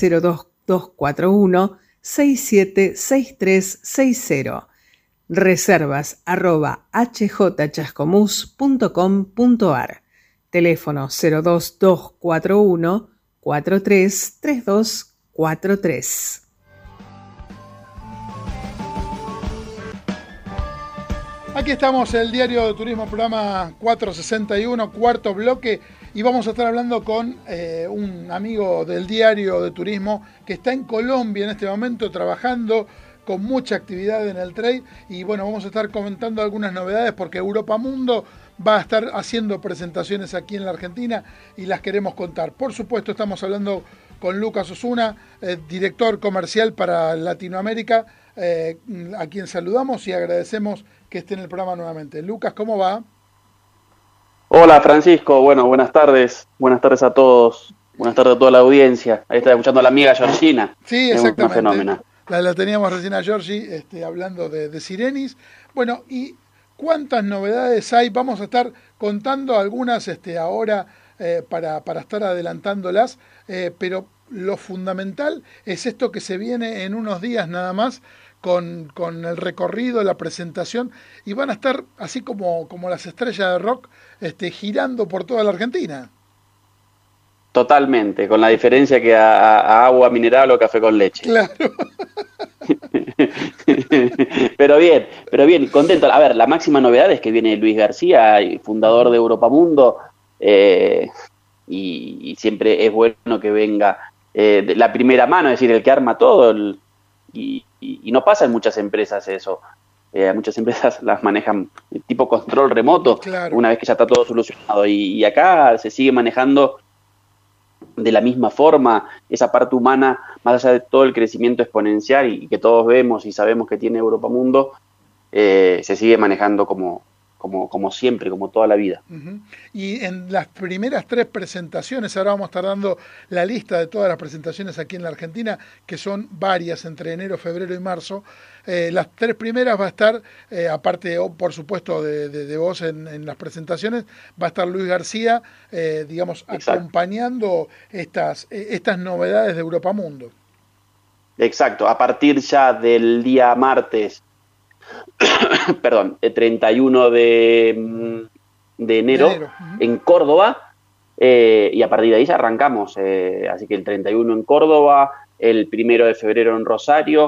02241 676360. Reservas @hjchascomús.com.ar. Teléfono 02241 433243. Aquí estamos, el Diario de Turismo, programa 461, cuarto bloque, y vamos a estar hablando con un amigo del Diario de Turismo que está en Colombia en este momento trabajando con mucha actividad en el trade, y bueno, vamos a estar comentando algunas novedades porque Europa Mundo va a estar haciendo presentaciones aquí en la Argentina y las queremos contar. Por supuesto, estamos hablando con Lucas Osuna, director comercial para Latinoamérica, a quien saludamos y agradecemos que esté en el programa nuevamente. Lucas, ¿cómo va? Hola Francisco, bueno, buenas tardes a todos, buenas tardes a toda la audiencia. Ahí está escuchando a la amiga Georgina. Sí, es exactamente. Una fenómena. La teníamos recién a Georgie hablando de Sirenis. Bueno, ¿y cuántas novedades hay? Vamos a estar contando algunas ahora para estar adelantándolas, pero lo fundamental es esto que se viene en unos días nada más, con el recorrido, la presentación, y van a estar así como las estrellas de rock girando por toda la Argentina. Totalmente, con la diferencia que a agua mineral o café con leche. Claro. Pero bien, contento. A ver, la máxima novedad es que viene Luis García, fundador de Europa Mundo, y siempre es bueno que venga de la primera mano, es decir, el que arma todo, y no pasa en muchas empresas eso. Muchas empresas las manejan tipo control remoto, claro, una vez que ya está todo solucionado, y acá se sigue manejando de la misma forma esa parte humana, más allá de todo el crecimiento exponencial y que todos vemos y sabemos que tiene Europa Mundo, se sigue manejando como siempre, como toda la vida. Uh-huh. Y en las primeras 3 presentaciones, ahora vamos a estar dando la lista de todas las presentaciones aquí en la Argentina, que son varias entre enero, febrero y marzo. Las 3 primeras va a estar, aparte por supuesto de vos en las presentaciones, va a estar Luis García, digamos, exacto, acompañando estas novedades de Europa Mundo. Exacto, a partir ya del día martes, perdón, el 31 de enero, uh-huh, en Córdoba, y a partir de ahí ya arrancamos, así que el 31 en Córdoba, el 1 de febrero en Rosario,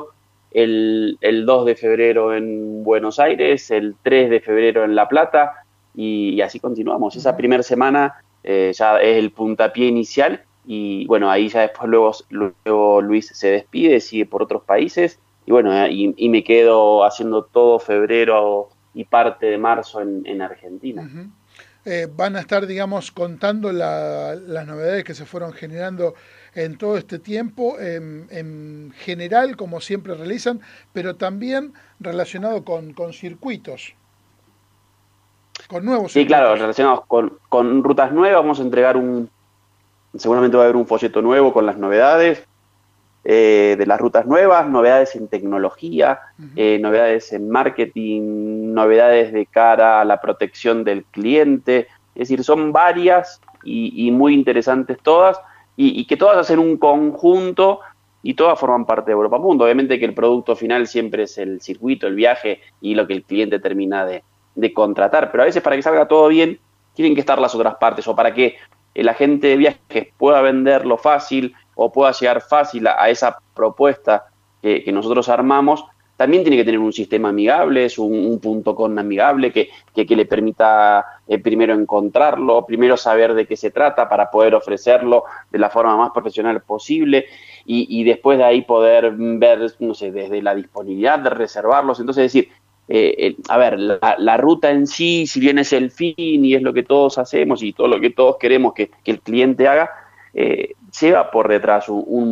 el 2 de febrero en Buenos Aires, el 3 de febrero en La Plata, y así continuamos. Esa primera semana ya es el puntapié inicial, y bueno, ahí ya después luego Luis se despide, sigue por otros países, y bueno, y me quedo haciendo todo febrero y parte de marzo en Argentina. Van a estar, digamos, contando las novedades que se fueron generando en todo este tiempo, en general, como siempre realizan, pero también relacionado con circuitos, con nuevos circuitos. Sí, claro, relacionados con rutas nuevas. Vamos a entregar seguramente va a haber un folleto nuevo con las novedades de las rutas nuevas, novedades en tecnología, novedades en marketing, novedades de cara a la protección del cliente. Es decir, son varias y muy interesantes todas, y que todas hacen un conjunto y todas forman parte de Europa Mundo. Obviamente que el producto final siempre es el circuito, el viaje y lo que el cliente termina de contratar, pero a veces para que salga todo bien tienen que estar las otras partes, o para que el agente de viajes pueda venderlo fácil o pueda llegar fácil a esa propuesta que nosotros armamos. También tiene que tener un sistema amigable, es un .com amigable que le permita primero encontrarlo, primero saber de qué se trata para poder ofrecerlo de la forma más profesional posible, y después de ahí poder ver, no sé, desde la disponibilidad de reservarlos. Entonces, es decir, a ver, la ruta en sí, si bien es el fin y es lo que todos hacemos y todo lo que todos queremos que el cliente haga, lleva por detrás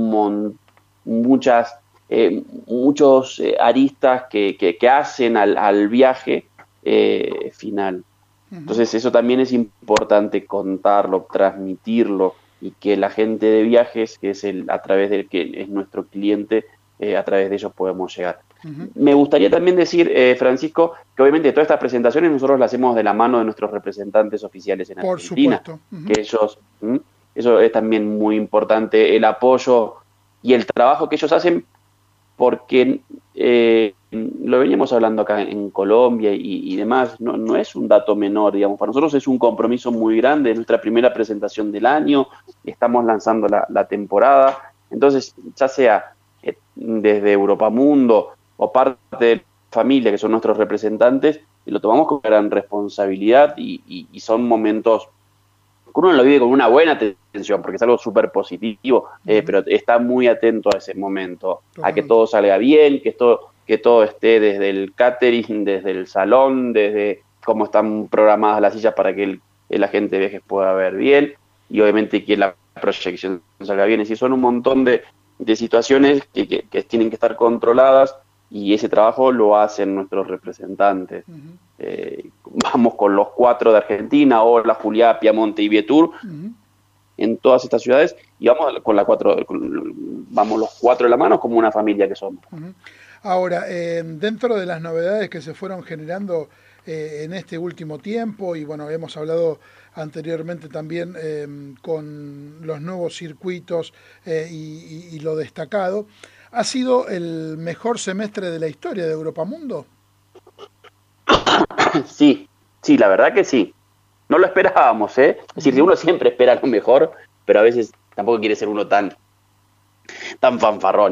muchos aristas que hacen al viaje final. Entonces eso también es importante contarlo, transmitirlo, y que la gente de viajes, que es a través del que es nuestro cliente, a través de ellos podemos llegar. Me gustaría también decir, Francisco, que obviamente todas estas presentaciones nosotros las hacemos de la mano de nuestros representantes oficiales en Argentina. Por supuesto. Que eso es también muy importante, el apoyo y el trabajo que ellos hacen, porque lo veníamos hablando acá en Colombia y demás, no es un dato menor, digamos, para nosotros es un compromiso muy grande, es nuestra primera presentación del año, estamos lanzando la temporada, entonces ya sea desde Europa Mundo o parte de la familia, que son nuestros representantes, lo tomamos con gran responsabilidad, y son momentos que uno lo vive con una buena atención, porque es algo súper positivo, pero está muy atento a ese momento, a que todo salga bien, que todo esté desde el catering, desde el salón, desde cómo están programadas las sillas para que el agente de viajes pueda ver bien, y obviamente que la proyección salga bien. Es decir, son un montón de situaciones que tienen que estar controladas, y ese trabajo lo hacen nuestros representantes. Vamos con los 4 de Argentina, Orla, Juliá, Piamonte y Vietur, en todas estas ciudades, y vamos vamos los 4 de la mano como una familia que somos. Ahora, dentro de las novedades que se fueron generando en este último tiempo, y bueno, hemos hablado anteriormente también con los nuevos circuitos y lo destacado, ¿ha sido el mejor semestre de la historia de Europa Mundo? Sí, la verdad que sí. No lo esperábamos, Es decir, uno siempre espera lo mejor, pero a veces tampoco quiere ser uno tan fanfarrón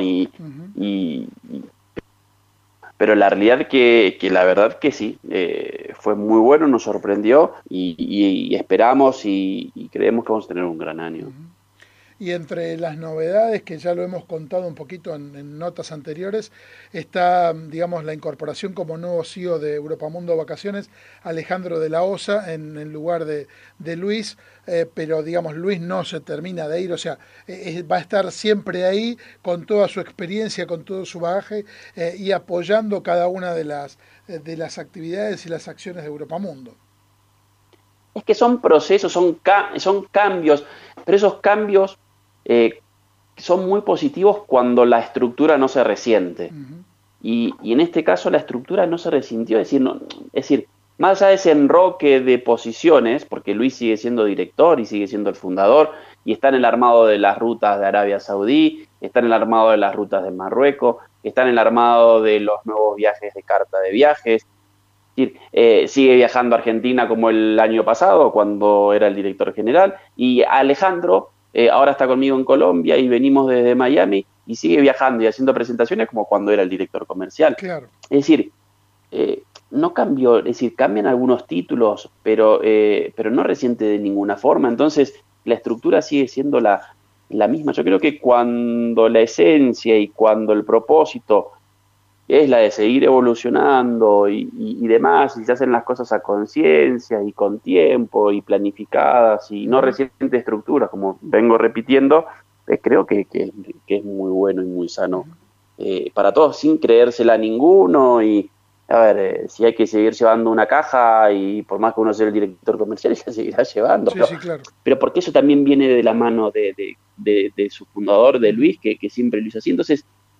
pero la realidad que la verdad que sí, fue muy bueno, nos sorprendió, y esperamos y creemos que vamos a tener un gran año. Y entre las novedades, que ya lo hemos contado un poquito en notas anteriores, está, digamos, la incorporación como nuevo CEO de Europa Mundo Vacaciones, Alejandro de la Osa, en lugar de Luis, pero, digamos, Luis no se termina de ir, o sea, va a estar siempre ahí con toda su experiencia, con todo su bagaje, y apoyando cada una de las actividades y las acciones de Europa Mundo. Es que son procesos, son cambios, pero esos cambios son muy positivos cuando la estructura no se resiente. Y en este caso la estructura no se resintió, es decir, más allá de ese enroque de posiciones, porque Luis sigue siendo director y sigue siendo el fundador, y está en el armado de las rutas de Arabia Saudí, está en el armado de las rutas de Marruecos, está en el armado de los nuevos viajes de carta de viajes. Sigue viajando a Argentina como el año pasado, cuando era el director general, y Alejandro ahora está conmigo en Colombia y venimos desde Miami y sigue viajando y haciendo presentaciones como cuando era el director comercial. Claro. Es decir, no cambió, es decir, cambian algunos títulos, pero no resiente de ninguna forma. Entonces, la estructura sigue siendo la misma. Yo creo que cuando la esencia y cuando el propósito es la de seguir evolucionando y demás, y se hacen las cosas a conciencia y con tiempo y planificadas y no resiente estructuras, como vengo repitiendo, creo que es muy bueno y muy sano para todos, sin creérsela a ninguno. Y a ver, si hay que seguir llevando una caja, y por más que uno sea el director comercial, ya seguirá llevando. Sí, claro. Pero porque eso también viene de la mano de su fundador, de Luis, que siempre lo hizo así. Entonces,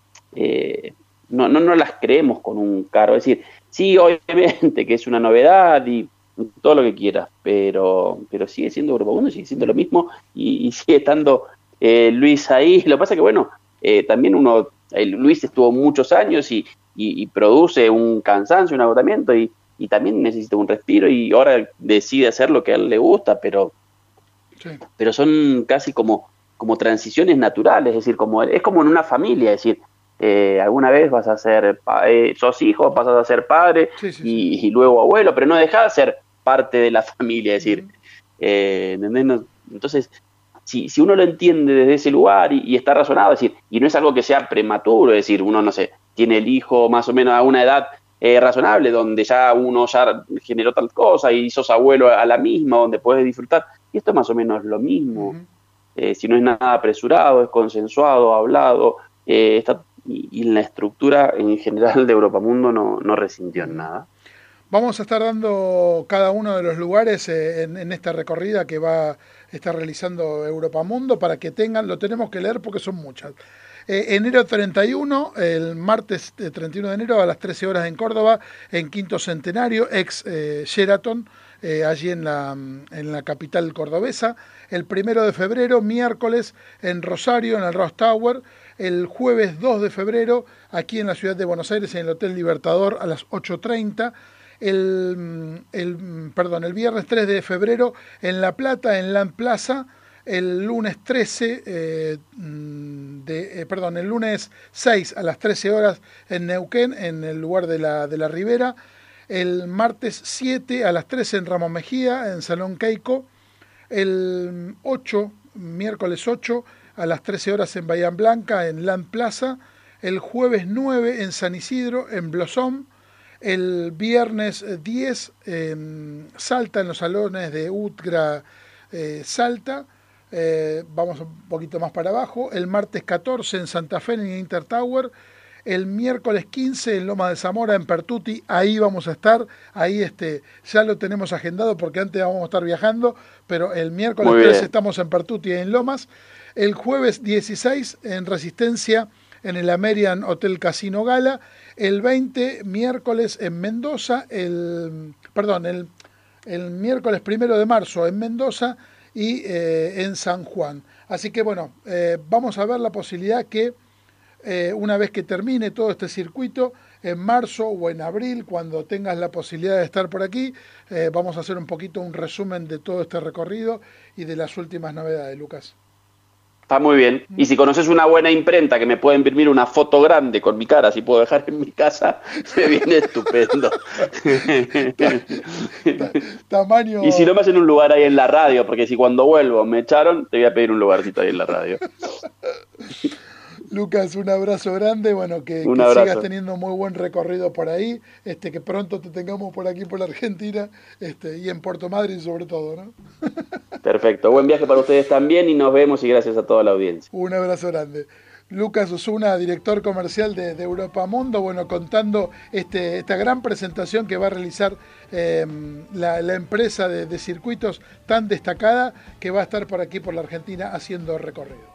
no las creemos con un cargo. Es decir, sí, obviamente que es una novedad y todo lo que quieras, pero sigue siendo Grupo Mundo, sigue siendo lo mismo, y sigue estando Luis ahí. Lo que pasa es que, bueno, también Luis estuvo muchos años y produce un cansancio, un agotamiento, y también necesita un respiro, y ahora decide hacer lo que a él le gusta, pero son casi como transiciones naturales. Es decir, es como en una familia. Es decir, alguna vez vas a ser sos hijo, pasas a ser padre, y luego abuelo, pero no dejas de ser parte de la familia. Es decir, ¿entendés? Entonces, si uno lo entiende desde ese lugar y está razonado, es decir, y no es algo que sea prematuro, es decir, uno, no sé, tiene el hijo más o menos a una edad razonable, donde ya uno ya generó tal cosa y sos abuelo a la misma, donde puedes disfrutar, y esto más o menos es lo mismo. Si no es nada apresurado, es consensuado, hablado, y en la estructura en general de Europa Mundo no resintió en nada. Vamos a estar dando cada uno de los lugares en esta recorrida que va a estar realizando Europa Mundo, para que lo tenemos que leer porque son muchas. Enero 31, el martes 31 de enero a las 13 horas en Córdoba, en Quinto Centenario, ex Sheraton, allí en la capital cordobesa. El 1 de febrero, miércoles, en Rosario, en el Ross Tower. El jueves 2 de febrero, aquí en la ciudad de Buenos Aires, en el Hotel Libertador, a las 8:30. El viernes 3 de febrero, en La Plata, en LAN Plaza. El lunes 6 a las 13 horas en Neuquén, en el lugar de la Ribera. El martes 7 a las 13 en Ramón Mejía, en Salón Keiko. El miércoles 8 a las 13 horas en Bahía Blanca, en LAN Plaza. El jueves 9 en San Isidro, en Blossom. El viernes 10 en Salta, en los salones de UTGRA Salta. Vamos un poquito más para abajo. El martes 14 en Santa Fe, en Inter Tower. El miércoles 15 en Lomas de Zamora, en Pertuti. Ahí vamos a estar. Ahí ya lo tenemos agendado, porque antes vamos a estar viajando, pero el miércoles 13 estamos en Pertuti, en Lomas. El jueves 16 en Resistencia, en el American Hotel Casino Gala. El 20, miércoles en Mendoza. El miércoles 1 de marzo en Mendoza y en San Juan. Así que bueno, vamos a ver la posibilidad que una vez que termine todo este circuito, en marzo o en abril, cuando tengas la posibilidad de estar por aquí, vamos a hacer un resumen de todo este recorrido y de las últimas novedades, Lucas. Está muy bien. Y si conoces una buena imprenta que me pueda imprimir una foto grande con mi cara, si puedo dejar en mi casa, me viene estupendo. Tamaño... Y si no, me hacen un lugar ahí en la radio, porque si cuando vuelvo me echaron, te voy a pedir un lugarcito ahí en la radio. Lucas, un abrazo grande, bueno, que sigas teniendo muy buen recorrido por ahí, que pronto te tengamos por aquí, por la Argentina, y en Puerto Madryn sobre todo, ¿no? Perfecto, buen viaje para ustedes también, y nos vemos, y gracias a toda la audiencia. Un abrazo grande. Lucas Osuna, director comercial de Europa Mundo, bueno, contando esta gran presentación que va a realizar la empresa de circuitos tan destacada, que va a estar por aquí, por la Argentina, haciendo recorrido.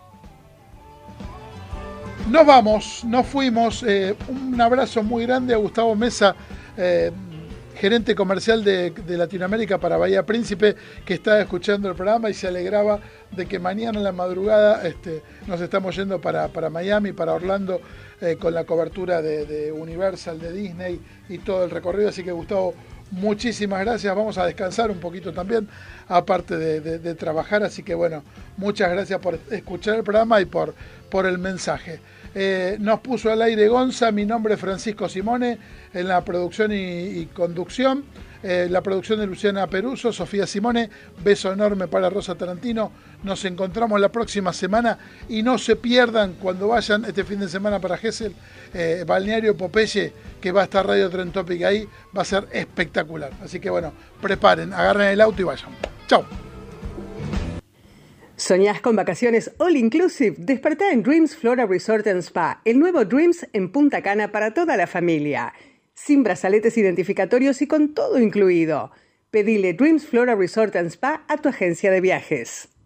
Nos vamos, nos fuimos. Un abrazo muy grande a Gustavo Mesa, gerente comercial de Latinoamérica para Bahía Príncipe, que está escuchando el programa y se alegraba de que mañana en la madrugada nos estamos yendo para Miami, para Orlando, con la cobertura de Universal, de Disney y todo el recorrido. Así que, Gustavo, muchísimas gracias. Vamos a descansar un poquito también, aparte de trabajar. Así que bueno, muchas gracias por escuchar el programa y por el mensaje. Nos puso al aire Gonza, mi nombre es Francisco Simone, en la producción y conducción. La producción de Luciana Peruso, Sofía Simone, beso enorme para Rosa Tarantino. Nos encontramos la próxima semana y no se pierdan cuando vayan este fin de semana para Gesell, Balneario Popeye, que va a estar Radio Trend Topic ahí, va a ser espectacular. Así que bueno, preparen, agarren el auto y vayan. Chao. ¿Soñás con vacaciones all inclusive? Despertá en Dreams Flora Resort and Spa, el nuevo Dreams en Punta Cana para toda la familia. Sin brazaletes identificatorios y con todo incluido. Pedile Dreams Flora Resort and Spa a tu agencia de viajes.